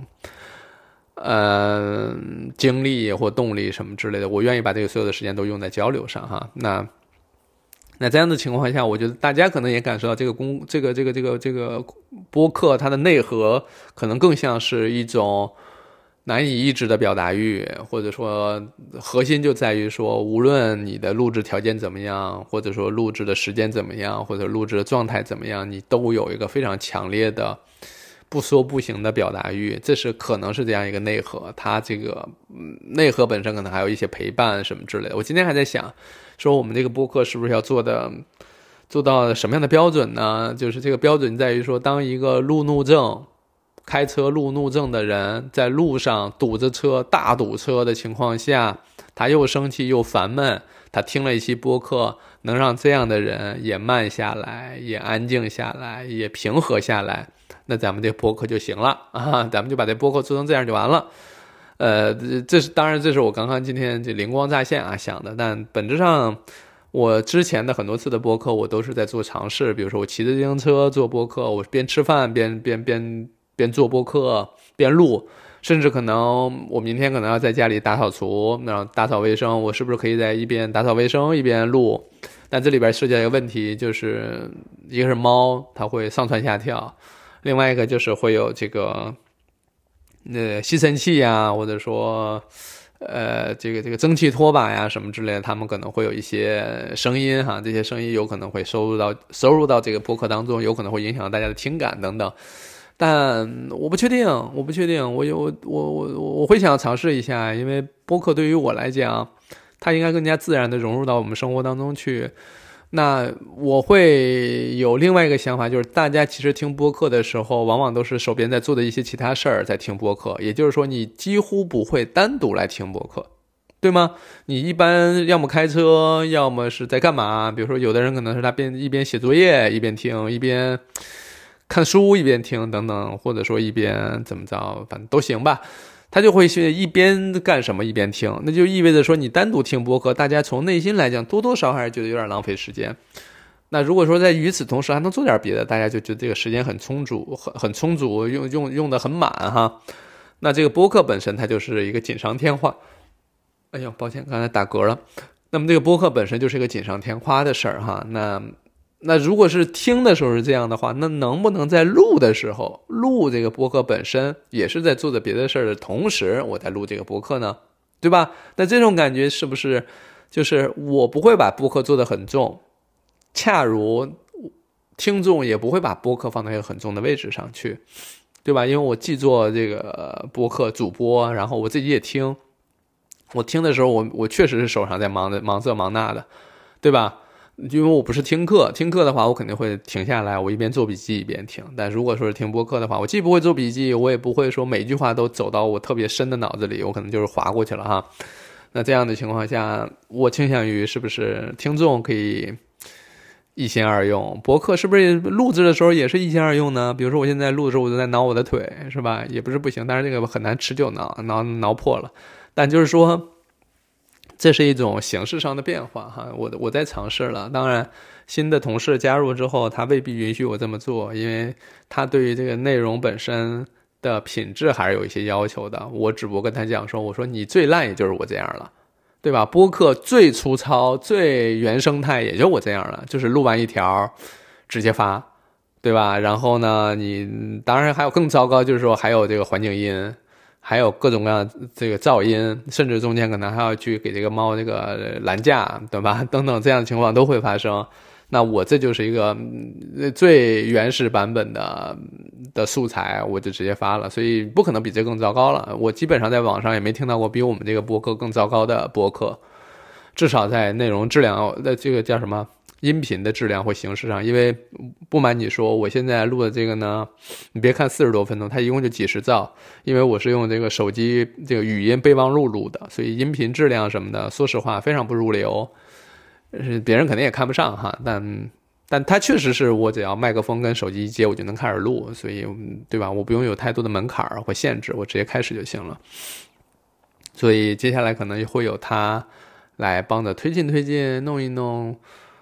精力或动力什么之类的，我愿意把这个所有的时间都用在交流上哈。那这样的情况下，我觉得大家可能也感受到这个播客它的内核可能更像是一种难以抑制的表达欲，或者说核心就在于说，无论你的录制条件怎么样，或者说录制的时间怎么样，或者录制的状态怎么样，你都有一个非常强烈的不说不行的表达欲，这是可能是这样一个内核。它这个内核本身可能还有一些陪伴什么之类的。我今天还在想说，我们这个播客是不是要做到什么样的标准呢？就是这个标准在于说，当一个开车路怒症的人在路上堵着车大堵车的情况下，他又生气又烦闷，他听了一期播客，能让这样的人也慢下来，也安静下来，也平和下来，那咱们这播客就行了啊，咱们就把这播客做成这样就完了。当然这是我刚刚今天这灵光乍现啊想的，但本质上我之前的很多次的播客我都是在做尝试，比如说我骑着自行车做播客，我边吃饭边做播客边录，甚至可能我明天可能要在家里打扫除，然后打扫卫生，我是不是可以在一边打扫卫生一边录？ 但这里边涉及到一个问题，就是一个是猫它会上蹿下跳，另外一个就是会有这个吸尘器呀，或者说这个蒸汽拖把呀什么之类的，他们可能会有一些声音哈，这些声音有可能会收入到这个播客当中，有可能会影响大家的听感等等。但我不确定，我会想尝试一下，因为播客对于我来讲，它应该更加自然的融入到我们生活当中去。那我会有另外一个想法，就是大家其实听播客的时候，往往都是手边在做的一些其他事儿在听播客，也就是说，你几乎不会单独来听播客，对吗？你一般要么开车，要么是在干嘛？比如说，有的人可能是他一边写作业一边听，一边看书一边听等等，或者说一边怎么着，反正都行吧。他就会是一边干什么一边听，那就意味着说你单独听播客，大家从内心来讲多多少少还是觉得有点浪费时间。那如果说在与此同时还能做点别的，大家就觉得这个时间很充足，很充足，用的很满哈。那这个播客本身它就是一个锦上添花。哎呦，抱歉，刚才打嗝了。那么这个播客本身就是一个锦上添花的事儿哈。那如果是听的时候是这样的话，那能不能在录的时候，录这个播客本身也是在做着别的事儿的同时，我在录这个播客呢？对吧？那这种感觉是不是就是我不会把播客做得很重，恰如听众也不会把播客放到一个很重的位置上去，对吧？因为我既做这个播客主播，然后我自己也听，我听的时候我确实是手上在忙这忙那的，对吧？因为我不是听课的话，我肯定会停下来，我一边做笔记一边听。但如果说是听播客的话，我既不会做笔记，我也不会说每句话都走到我特别深的脑子里，我可能就是划过去了哈。那这样的情况下，我倾向于是不是听众可以一心二用，播客是不是录制的时候也是一心二用呢？比如说我现在录的时候，我就在挠我的腿，是吧？也不是不行，但是这个很难持久挠破了。但就是说，这是一种形式上的变化哈，我在尝试了。当然，新的同事加入之后，他未必允许我这么做，因为他对于这个内容本身的品质还是有一些要求的。我只不过跟他讲说，我说你最烂也就是我这样了，对吧？播客最粗糙、最原生态也就我这样了，就是录完一条直接发，对吧？然后呢，你当然还有更糟糕，就是说还有这个环境音。还有各种各样的这个噪音，甚至中间可能还要去给这个猫这个拦架，对吧？等等这样的情况都会发生。那我这就是一个最原始版本的素材，我就直接发了，所以不可能比这更糟糕了。我基本上在网上也没听到过比我们这个播客更糟糕的播客，至少在内容质量的这个叫什么？音频的质量或形式上，因为不瞒你说，我现在录的这个呢，你别看40多分钟，它一共就几十兆，因为我是用这个手机这个语音备忘录录的，所以音频质量什么的，说实话非常不入流，别人肯定也看不上哈，但它确实是我只要麦克风跟手机一接，我就能开始录，所以对吧？我不用有太多的门槛或限制，我直接开始就行了。所以接下来可能会有它来帮着推进弄一弄。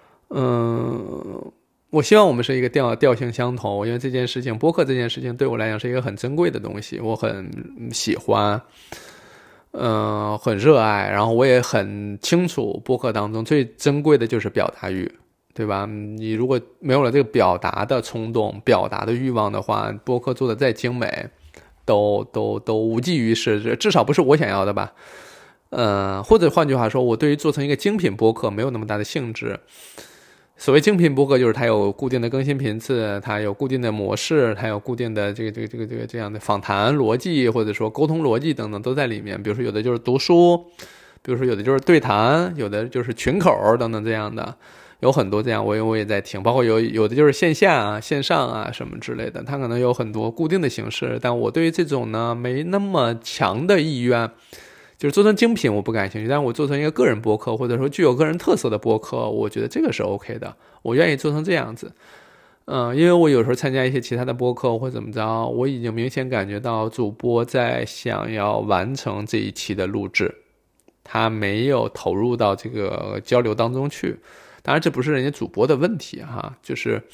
我希望我们是一个调性相投，因为这件事情，播客这件事情对我来讲是一个很珍贵的东西，我很喜欢，很热爱，然后我也很清楚，播客当中最珍贵的就是表达欲，对吧？你如果没有了这个表达的冲动、表达的欲望的话，播客做的再精美，都无济于事，至少不是我想要的吧。或者换句话说，我对于做成一个精品播客没有那么大的兴致。所谓精品播客，就是它有固定的更新频次，它有固定的模式，它有固定的这样的访谈逻辑，或者说沟通逻辑等等都在里面。比如说有的就是读书，比如说有的就是对谈，有的就是群口等等这样的，有很多这样，我也在听。包括有的就是线下啊、线上啊什么之类的，它可能有很多固定的形式，但我对于这种呢没那么强的意愿。就是做成精品我不感兴趣，但是我做成一个个人播客，或者说具有个人特色的播客，我觉得这个是 OK 的，我愿意做成这样子。因为我有时候参加一些其他的播客或怎么着，我已经明显感觉到主播在想要完成这一期的录制，他没有投入到这个交流当中去。当然这不是人家主播的问题哈，就是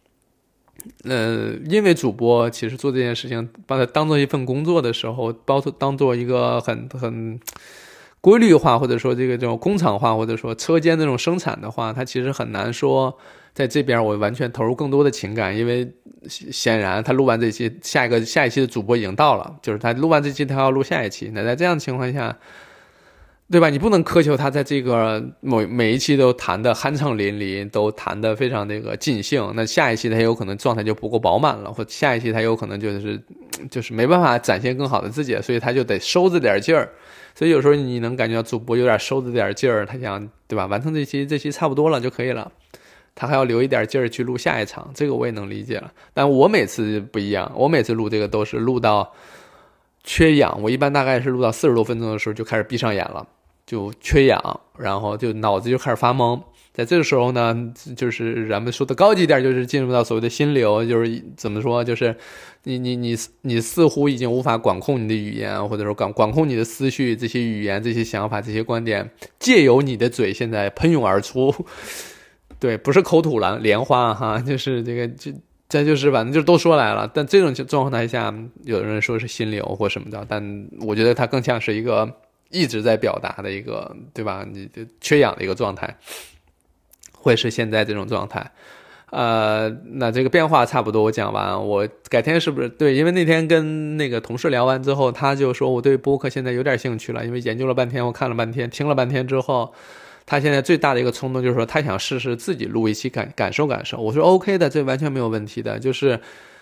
因为主播其实做这件事情把它当做一份工作的时候，当做一个很规律化，或者说这种工厂化，或者说车间这种生产的话，它其实很难说在这边我完全投入更多的情感，因为显然他录完这期，下一期的主播已经到了，就是他录完这期他要录下一期，那在这样的情况下，对吧？你不能苛求他在这个每一期都弹得酣畅淋漓，都弹得非常那个尽兴，那下一期他有可能状态就不够饱满了，或下一期他有可能就是没办法展现更好的自己，所以他就得收着点劲儿。所以有时候你能感觉到主播有点收着点劲儿，他想对吧？完成这期差不多了就可以了，他还要留一点劲儿去录下一场，这个我也能理解了。但我每次不一样，我每次录这个都是录到缺氧，我一般大概是录到40多分钟的时候就开始闭上眼了，就缺氧，然后就脑子就开始发懵。在这个时候呢，就是咱们说的高级一点，就是进入到所谓的心流，就是怎么说，就是你似乎已经无法管控你的语言，或者说管控你的思绪，这些语言、这些想法、这些观点，借由你的嘴现在喷涌而出。对，不是口吐莲花哈，就是这就是反正就都说来了。但这种状态下，有的人说是心流或什么的，但我觉得它更像是一个一直在表达的一个，对吧？你缺氧的一个状态。会是现在这种状态，那这个变化差不多我讲完，我改天是不是对？因为那天跟那个同事聊完之后，他就说我对播客现在有点兴趣了，因为研究了半天，我看了半天，听了半天之后，他现在最大的一个冲动就是说他想试试自己录一期感受。我说 OK 的，这完全没有问题的，就是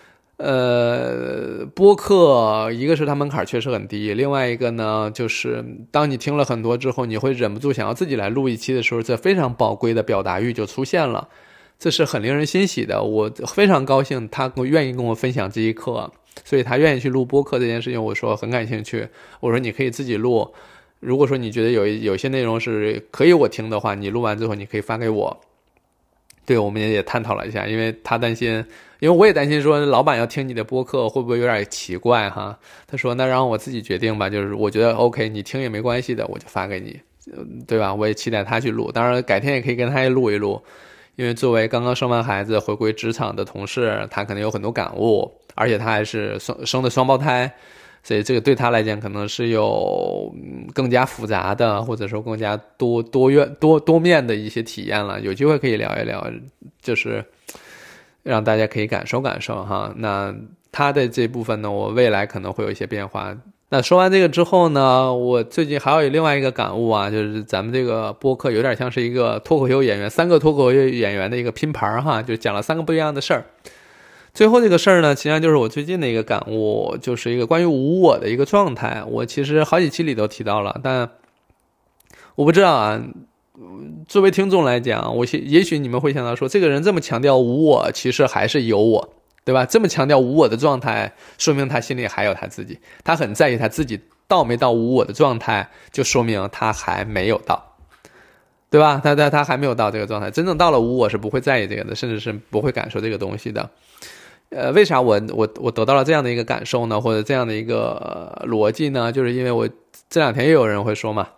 播客一个是它门槛确实很低，另外一个呢，就是当你听了很多之后，你会忍不住想要自己来录一期的时候，这非常宝贵的表达欲就出现了，这是很令人欣喜的。我非常高兴他愿意跟我分享这一刻，所以他愿意去录播客这件事情，我说很感兴趣，我说你可以自己录，如果说你觉得有些内容是可以我听的话，你录完之后你可以发给我。对，我们也探讨了一下，因为他担心，因为我也担心说老板要听你的播客会不会有点奇怪哈。他说那让我自己决定吧，就是我觉得 OK 你听也没关系的，我就发给你，对吧？我也期待他去录，当然改天也可以跟他录一录，因为作为刚刚生完孩子回归职场的同事，他可能有很多感悟，而且他还是生的双胞胎，所以这个对他来讲可能是有更加复杂的，或者说更加多面的一些体验了。有机会可以聊一聊，就是让大家可以感受哈。那他的这部分呢，我未来可能会有一些变化。那说完这个之后呢，我最近还有另外一个感悟啊，就是咱们这个播客有点像是一个脱口秀演员，3个脱口秀演员的一个拼盘哈，就讲了3个不一样的事儿。最后这个事儿呢，实际上就是我最近的一个感悟，就是一个关于无我的一个状态。我其实好几期里都提到了，但我不知道啊。作为听众来讲，也许你们会想到说，这个人这么强调无我，其实还是有我，对吧？这么强调无我的状态，说明他心里还有他自己，他很在意他自己到没到无我的状态，就说明他还没有到，对吧？他还没有到这个状态，真正到了无我是不会在意这个的，甚至是不会感受这个东西的。为啥我得到了这样的一个感受呢，或者这样的一个逻辑呢？就是因为我这2天又有人会说嘛，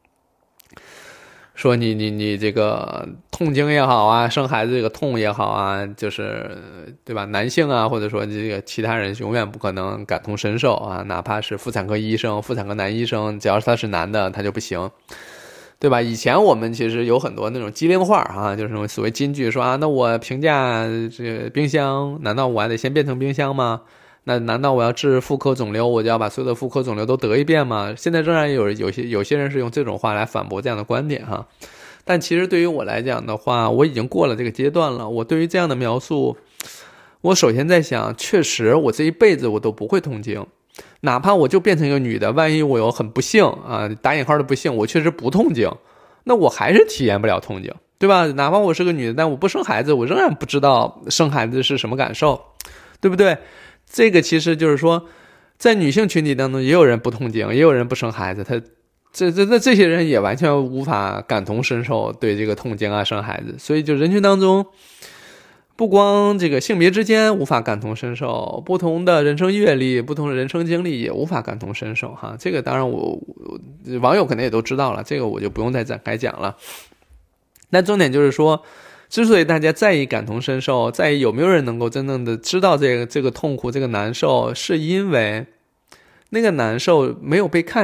说你这个痛经也好啊，生孩子这个痛也好啊，就是对吧？男性啊，或者说这个其他人永远不可能感同身受啊，哪怕是妇产科医生、妇产科男医生，只要是他是男的，他就不行。对吧？以前我们其实有很多那种机灵话啊，就是那种所谓金句，说啊，那我评价这个冰箱，难道我还得先变成冰箱吗？那难道我要治妇科肿瘤，我就要把所有的妇科肿瘤都得一遍吗？现在仍然有些人是用这种话来反驳这样的观点哈。但其实对于我来讲的话，我已经过了这个阶段了。我对于这样的描述，我首先在想，确实我这一辈子我都不会痛经。哪怕我就变成一个女的，万一我有很不幸啊，打引号的不幸，我确实不痛经，那我还是体验不了痛经，对吧？哪怕我是个女的，但我不生孩子，我仍然不知道生孩子是什么感受，对不对？这个其实就是说，在女性群体当中，也有人不痛经，也有人不生孩子，他这些人也完全无法感同身受对这个痛经啊、生孩子，所以就人群当中。不光这个性别之间无法感同身受，不同的人生阅历、不同的人生经历也无法感同身受哈。这个当然我网友可能也都知道了，这个我就不用再展开讲了。但重点就是说，之所以大家在意感同身受，在意有没有人能够真正的知道这个痛苦、这个难受，是因为那个难受没有被看见，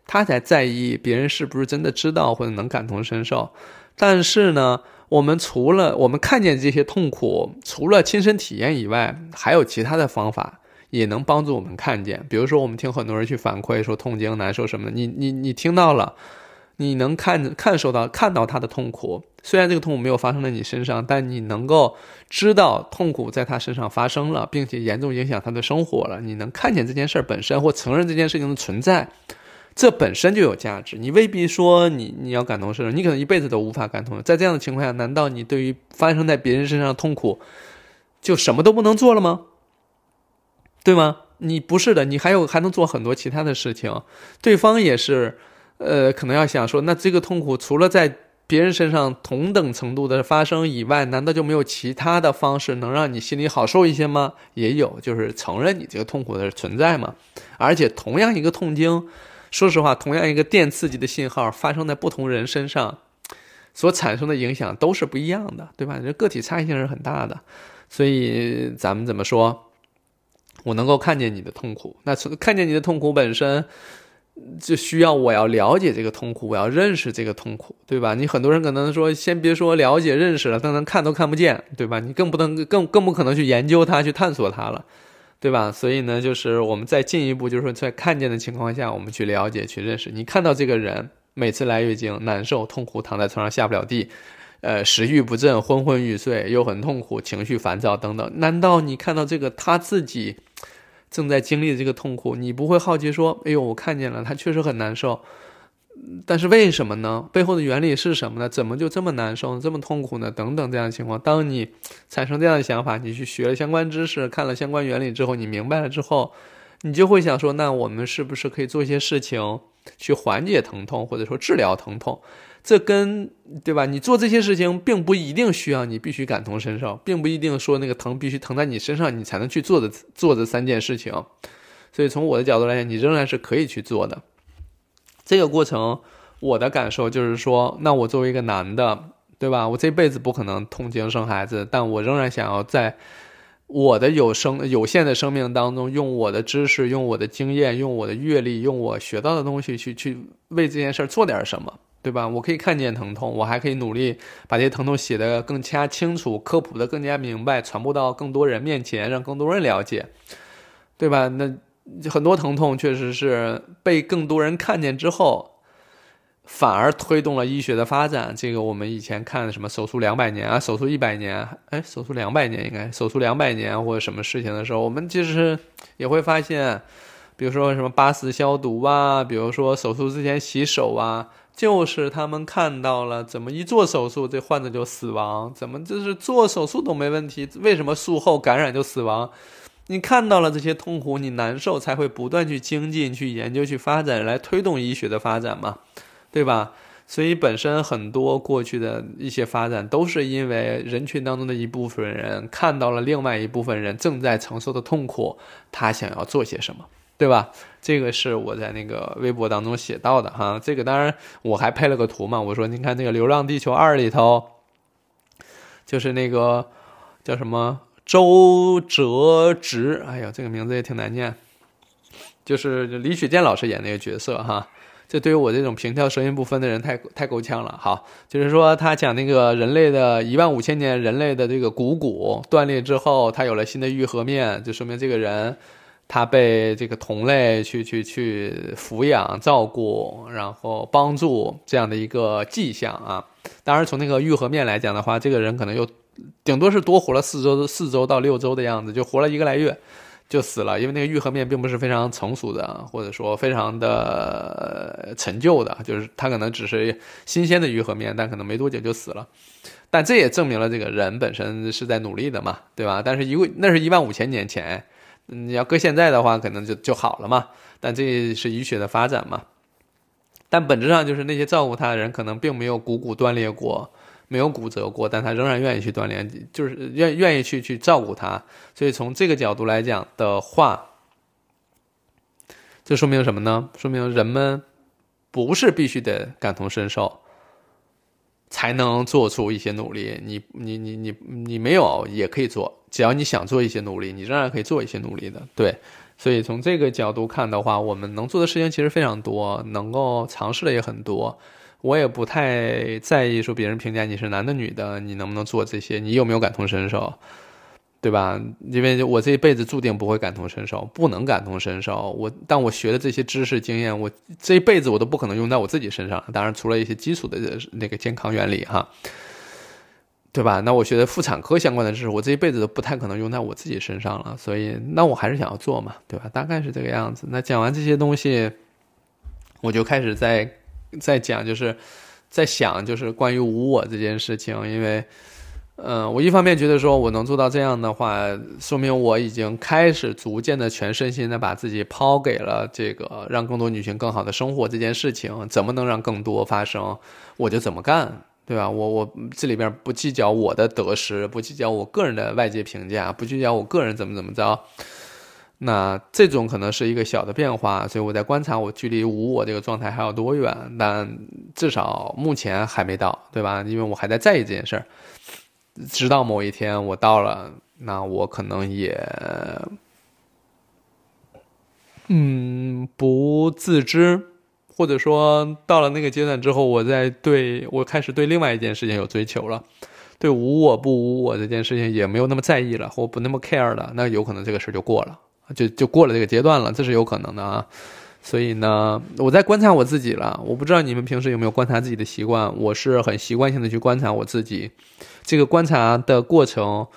他才在意别人是不是真的知道或者能感同身受。但是呢，我们看见这些痛苦，除了亲身体验以外，还有其他的方法也能帮助我们看见。比如说我们听很多人去反馈说痛经难受什么的，你听到了，你能看到他的痛苦，虽然这个痛苦没有发生在你身上，但你能够知道痛苦在他身上发生了，并且严重影响他的生活了，你能看见这件事本身或承认这件事情的存在，这本身就有价值。你未必说你要感同身受，你可能一辈子都无法感同。在这样的情况下，难道你对于发生在别人身上的痛苦就什么都不能做了吗？对吗？你不是的，你还能做很多其他的事情。对方也是可能要想说，那这个痛苦除了在别人身上同等程度的发生以外，难道就没有其他的方式能让你心里好受一些吗？也有，就是承认你这个痛苦的存在嘛。而且同样一个痛经，说实话，同样一个电刺激的信号发生在不同人身上，所产生的影响都是不一样的，对吧？这个体差异性是很大的。所以咱们怎么说，我能够看见你的痛苦，那看见你的痛苦本身就需要我要了解这个痛苦，我要认识这个痛苦，对吧？你很多人可能说先别说了解认识了，但看都看不见，对吧？你更不可能去研究它，去探索它了，对吧？所以呢，就是我们再进一步，就是说在看见的情况下，我们去了解去认识。你看到这个人每次来月经难受痛苦，躺在床上下不了地，食欲不振，昏昏欲睡，又很痛苦，情绪烦躁等等，难道你看到这个他自己正在经历的这个痛苦，你不会好奇说，哎呦，我看见了，他确实很难受，但是为什么呢？背后的原理是什么呢？怎么就这么难受，这么痛苦呢？等等这样的情况，当你产生这样的想法，你去学了相关知识，看了相关原理之后，你明白了之后，你就会想说，那我们是不是可以做一些事情去缓解疼痛，或者说治疗疼痛？这对吧？你做这些事情并不一定需要你必须感同身受，并不一定说那个疼必须疼在你身上，你才能去做这三件事情。所以从我的角度来讲，你仍然是可以去做的。这个过程，我的感受就是说，那我作为一个男的，对吧？我这辈子不可能痛经生孩子，但我仍然想要在我的有限的生命当中，用我的知识，用我的经验，用我的阅历，用我学到的东西去为这件事做点什么。对吧？我可以看见疼痛，我还可以努力把这些疼痛写得更加清楚，科普得更加明白，传播到更多人面前，让更多人了解，对吧？那很多疼痛确实是被更多人看见之后，反而推动了医学的发展。这个我们以前看什么手术200年啊，手术100年，手术200年应该手术200年或者什么事情的时候，我们其实也会发现，比如说什么8·4消毒啊，比如说手术之前洗手啊。就是他们看到了怎么一做手术这患者就死亡，怎么就是做手术都没问题，为什么术后感染就死亡？你看到了这些痛苦，你难受，才会不断去精进、去研究、去发展，来推动医学的发展嘛，对吧？所以本身很多过去的一些发展都是因为人群当中的一部分人看到了另外一部分人正在承受的痛苦，他想要做些什么，对吧？这个是我在那个微博当中写到的哈。这个当然我还配了个图嘛，我说您看那个《流浪地球2》里头，就是那个叫什么周哲直，哎呦这个名字也挺难念，就是李雪健老师演那个角色哈。这对于我这种平跳舌音不分的人太够呛了。好，就是说他讲那个人类的15000年人类的这个骨断裂之后，他有了新的愈合面，就说明这个人他被这个同类去抚养照顾，然后帮助这样的一个迹象啊。当然从那个愈合面来讲的话，这个人可能又顶多是多活了4周到6周的样子，就活了1个来月就死了，因为那个愈合面并不是非常成熟的，或者说非常的陈旧的，就是它可能只是新鲜的愈合面，但可能没多久就死了。但这也证明了这个人本身是在努力的嘛，对吧？但是那是15000年前，你要搁现在的话可能就好了嘛，但这是医学的发展嘛。但本质上就是那些照顾他的人可能并没有骨断裂过，没有骨折过，但他仍然愿意去锻炼，就是愿意去照顾他。所以从这个角度来讲的话，这说明什么呢？说明人们不是必须得感同身受才能做出一些努力，你没有也可以做，只要你想做一些努力，你仍然可以做一些努力的。对， 所以从这个角度看的话，我们能做的事情其实非常多，能够尝试的也很多。我也不太在意说别人评价你是男的女的，你能不能做这些，你有没有感同身受，对吧？因为我这一辈子注定不会感同身受，不能感同身受。但我学的这些知识经验，我这一辈子我都不可能用在我自己身上。当然，除了一些基础的那个健康原理哈，对吧？那我学的妇产科相关的知识，我这一辈子都不太可能用在我自己身上了。所以，那我还是想要做嘛，对吧？大概是这个样子。那讲完这些东西，我就开始在讲，就是在想，就是关于无我这件事情，因为。我一方面觉得说我能做到这样的话，说明我已经开始逐渐的全身心的把自己抛给了这个让更多女性更好的生活这件事情，怎么能让更多发生，我就怎么干，对吧？我这里边不计较我的得失，不计较我个人的外界评价，不计较我个人怎么着，那这种可能是一个小的变化，所以我在观察我距离无我这个状态还有多远，但至少目前还没到，对吧？因为我还在意这件事儿。直到某一天我到了，那我可能也不自知，或者说到了那个阶段之后，我开始对另外一件事情有追求了，对无我不无我这件事情也没有那么在意了，或不那么 care 了，那有可能这个事就过了，就过了这个阶段了，这是有可能的啊。所以呢，我在观察我自己了。我不知道你们平时有没有观察自己的习惯，我是很习惯性的去观察我自己。这个观察的过程，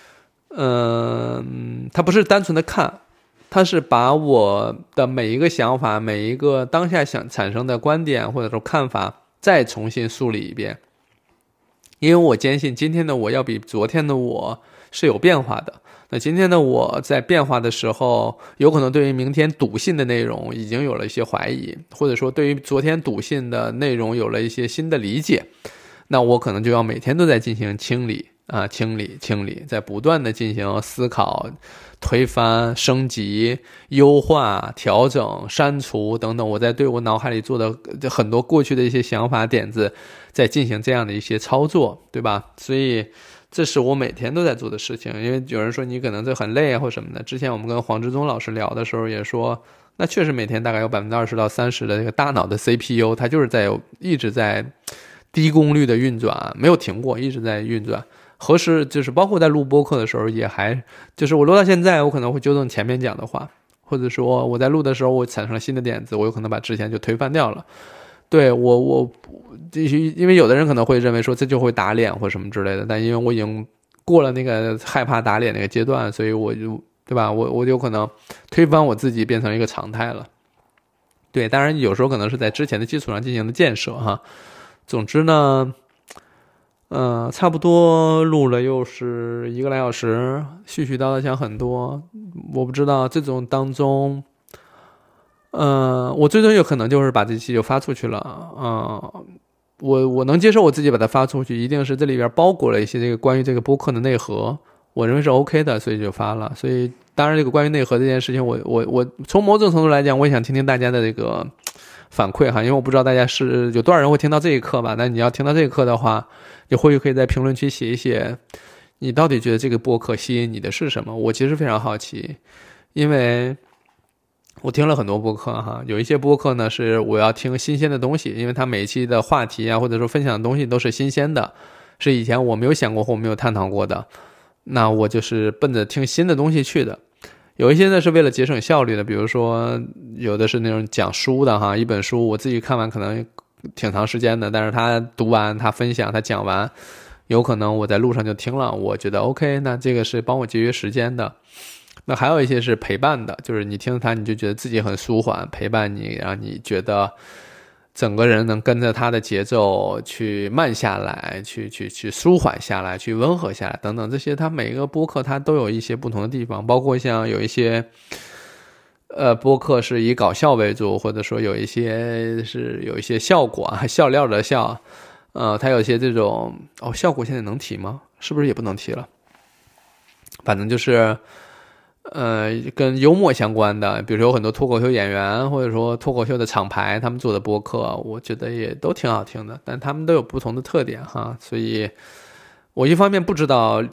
它不是单纯的看，它是把我的每一个想法，每一个当下想产生的观点或者说看法，再重新梳理一遍。因为我坚信今天的我要比昨天的我是有变化的。那今天的我在变化的时候，有可能对于明天笃信的内容已经有了一些怀疑，或者说对于昨天笃信的内容有了一些新的理解，那我可能就要每天都在进行清理，在不断的进行思考、推翻、升级、优化、调整、删除等等，我在对我脑海里做的很多过去的一些想法点子，在进行这样的一些操作，对吧？所以这是我每天都在做的事情。因为有人说你可能这很累啊或什么的，之前我们跟黄志忠老师聊的时候也说，那确实每天大概有20%到30%的这个大脑的 CPU 它就是一直在低功率的运转，没有停过，一直在运转。何时就是包括在录播客的时候，也还就是我录到现在，我可能会纠正前面讲的话，或者说我在录的时候我产生了新的点子，我有可能把之前就推翻掉了。对，我因为有的人可能会认为说这就会打脸或什么之类的，但因为我已经过了那个害怕打脸那个阶段，所以我就对吧，我有可能推翻我自己变成一个常态了。对，当然有时候可能是在之前的基础上进行的建设哈。总之呢，差不多录了又是1个来小时，絮叨叨讲很多，我不知道这种当中。我最终有可能就是把这期就发出去了，我能接受我自己把它发出去，一定是这里边包裹了一些这个关于这个播客的内核，我认为是 OK 的，所以就发了。所以当然这个关于内核这件事情，我从某种程度来讲，我也想听听大家的这个反馈哈，因为我不知道大家是有多少人会听到这一刻吧。那你要听到这一刻的话，你或许可以在评论区写一写，你到底觉得这个播客吸引你的是什么？我其实非常好奇，因为我听了很多播客哈，有一些播客呢是我要听新鲜的东西，因为它每一期的话题啊，或者说分享的东西都是新鲜的，是以前我没有想过或没有探讨过的，那我就是奔着听新的东西去的。有一些呢是为了节省效率的，比如说有的是那种讲书的哈，一本书我自己看完可能挺长时间的，但是他读完他分享他讲完，有可能我在路上就听了，我觉得 OK， 那这个是帮我节约时间的。那还有一些是陪伴的，就是你听它你就觉得自己很舒缓，陪伴你，让你觉得整个人能跟着它的节奏去慢下来，去舒缓下来，去温和下来等等，这些它每一个播客它都有一些不同的地方，包括像有一些播客是以搞笑为主，或者说有一些效果啊，笑料的笑，它有一些这种效果现在能提吗？是不是也不能提了？反正就是跟幽默相关的，比如说有很多脱口秀演员或者说脱口秀的厂牌他们做的播客，我觉得也都挺好听的，但他们都有不同的特点哈。所以我一方面不知道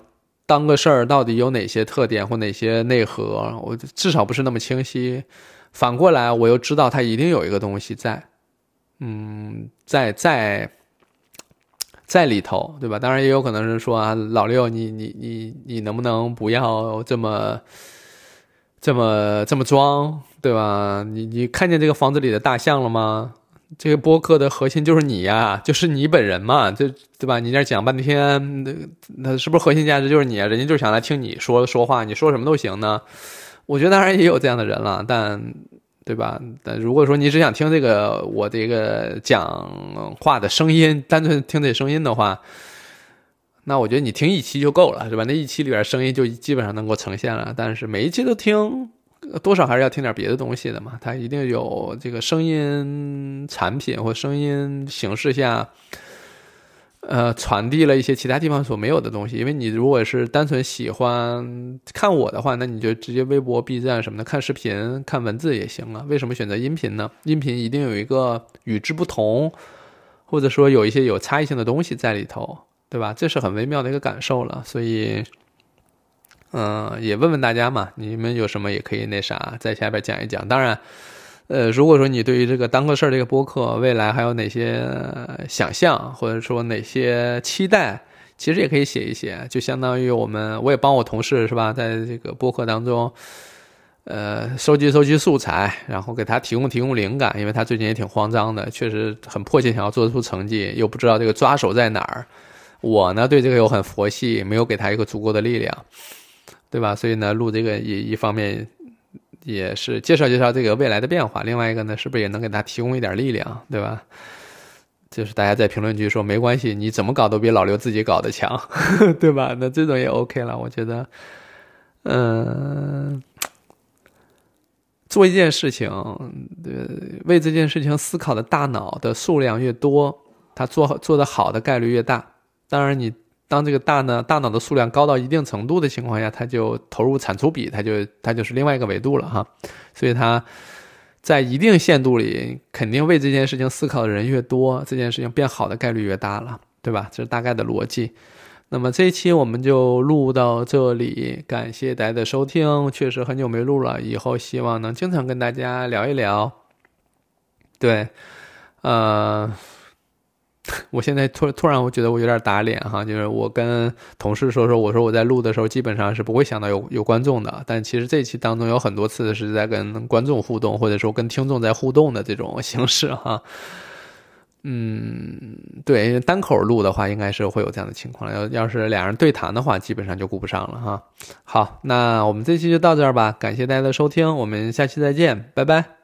当个事儿到底有哪些特点或哪些内核，我至少不是那么清晰。反过来，我又知道它一定有一个东西在，在里头，对吧？当然也有可能是说啊，老六，你能不能不要这么装，对吧？你看见这个房子里的大象了吗？这个播客的核心就是你呀，就是你本人嘛，对吧？你在讲半天，那是不是核心价值就是你啊？人家就想来听你说话，你说什么都行呢。我觉得当然也有这样的人了，对吧？但如果说你只想听这个我这个讲话的声音，单纯听这声音的话，那我觉得你听一期就够了，是吧？那一期里边声音就基本上能够呈现了。但是每一期都听，多少还是要听点别的东西的嘛。它一定有这个声音产品或声音形式下，传递了一些其他地方所没有的东西。因为你如果是单纯喜欢看我的话，那你就直接微博、B 站什么的看视频、看文字也行了。为什么选择音频呢？音频一定有一个与之不同，或者说有一些有差异性的东西在里头，对吧？这是很微妙的一个感受了。所以也问问大家嘛，你们有什么也可以那啥在下边讲一讲。当然如果说你对于这个当个事儿这个播客未来还有哪些想象，或者说哪些期待，其实也可以写一写，就相当于我也帮我同事是吧，在这个播客当中收集素材，然后给他提供灵感，因为他最近也挺慌张的，确实很迫切想要做出成绩，又不知道这个抓手在哪儿。我呢对这个又很佛系，没有给他一个足够的力量，对吧？所以呢录这个一方面也是介绍这个未来的变化，另外一个呢是不是也能给他提供一点力量，对吧？就是大家在评论区说没关系，你怎么搞都比老刘自己搞的强对吧？那这种也 OK 了。我觉得做一件事情，为这件事情思考的大脑的数量越多，他做的好的概率越大。当然你当这个大脑的数量高到一定程度的情况下，它就投入产出比，它就是另外一个维度了哈。所以它在一定限度里，肯定为这件事情思考的人越多，这件事情变好的概率越大了，对吧？这是大概的逻辑。那么这一期我们就录到这里，感谢大家的收听，确实很久没录了，以后希望能经常跟大家聊一聊。对，我现在突然我觉得我有点打脸哈，就是我跟同事说我说我在录的时候基本上是不会想到有观众的，但其实这期当中有很多次是在跟观众互动，或者说跟听众在互动的这种形式哈。对，单口录的话应该是会有这样的情况，要是俩人对谈的话基本上就顾不上了哈。好，那我们这期就到这儿吧，感谢大家的收听，我们下期再见，拜拜。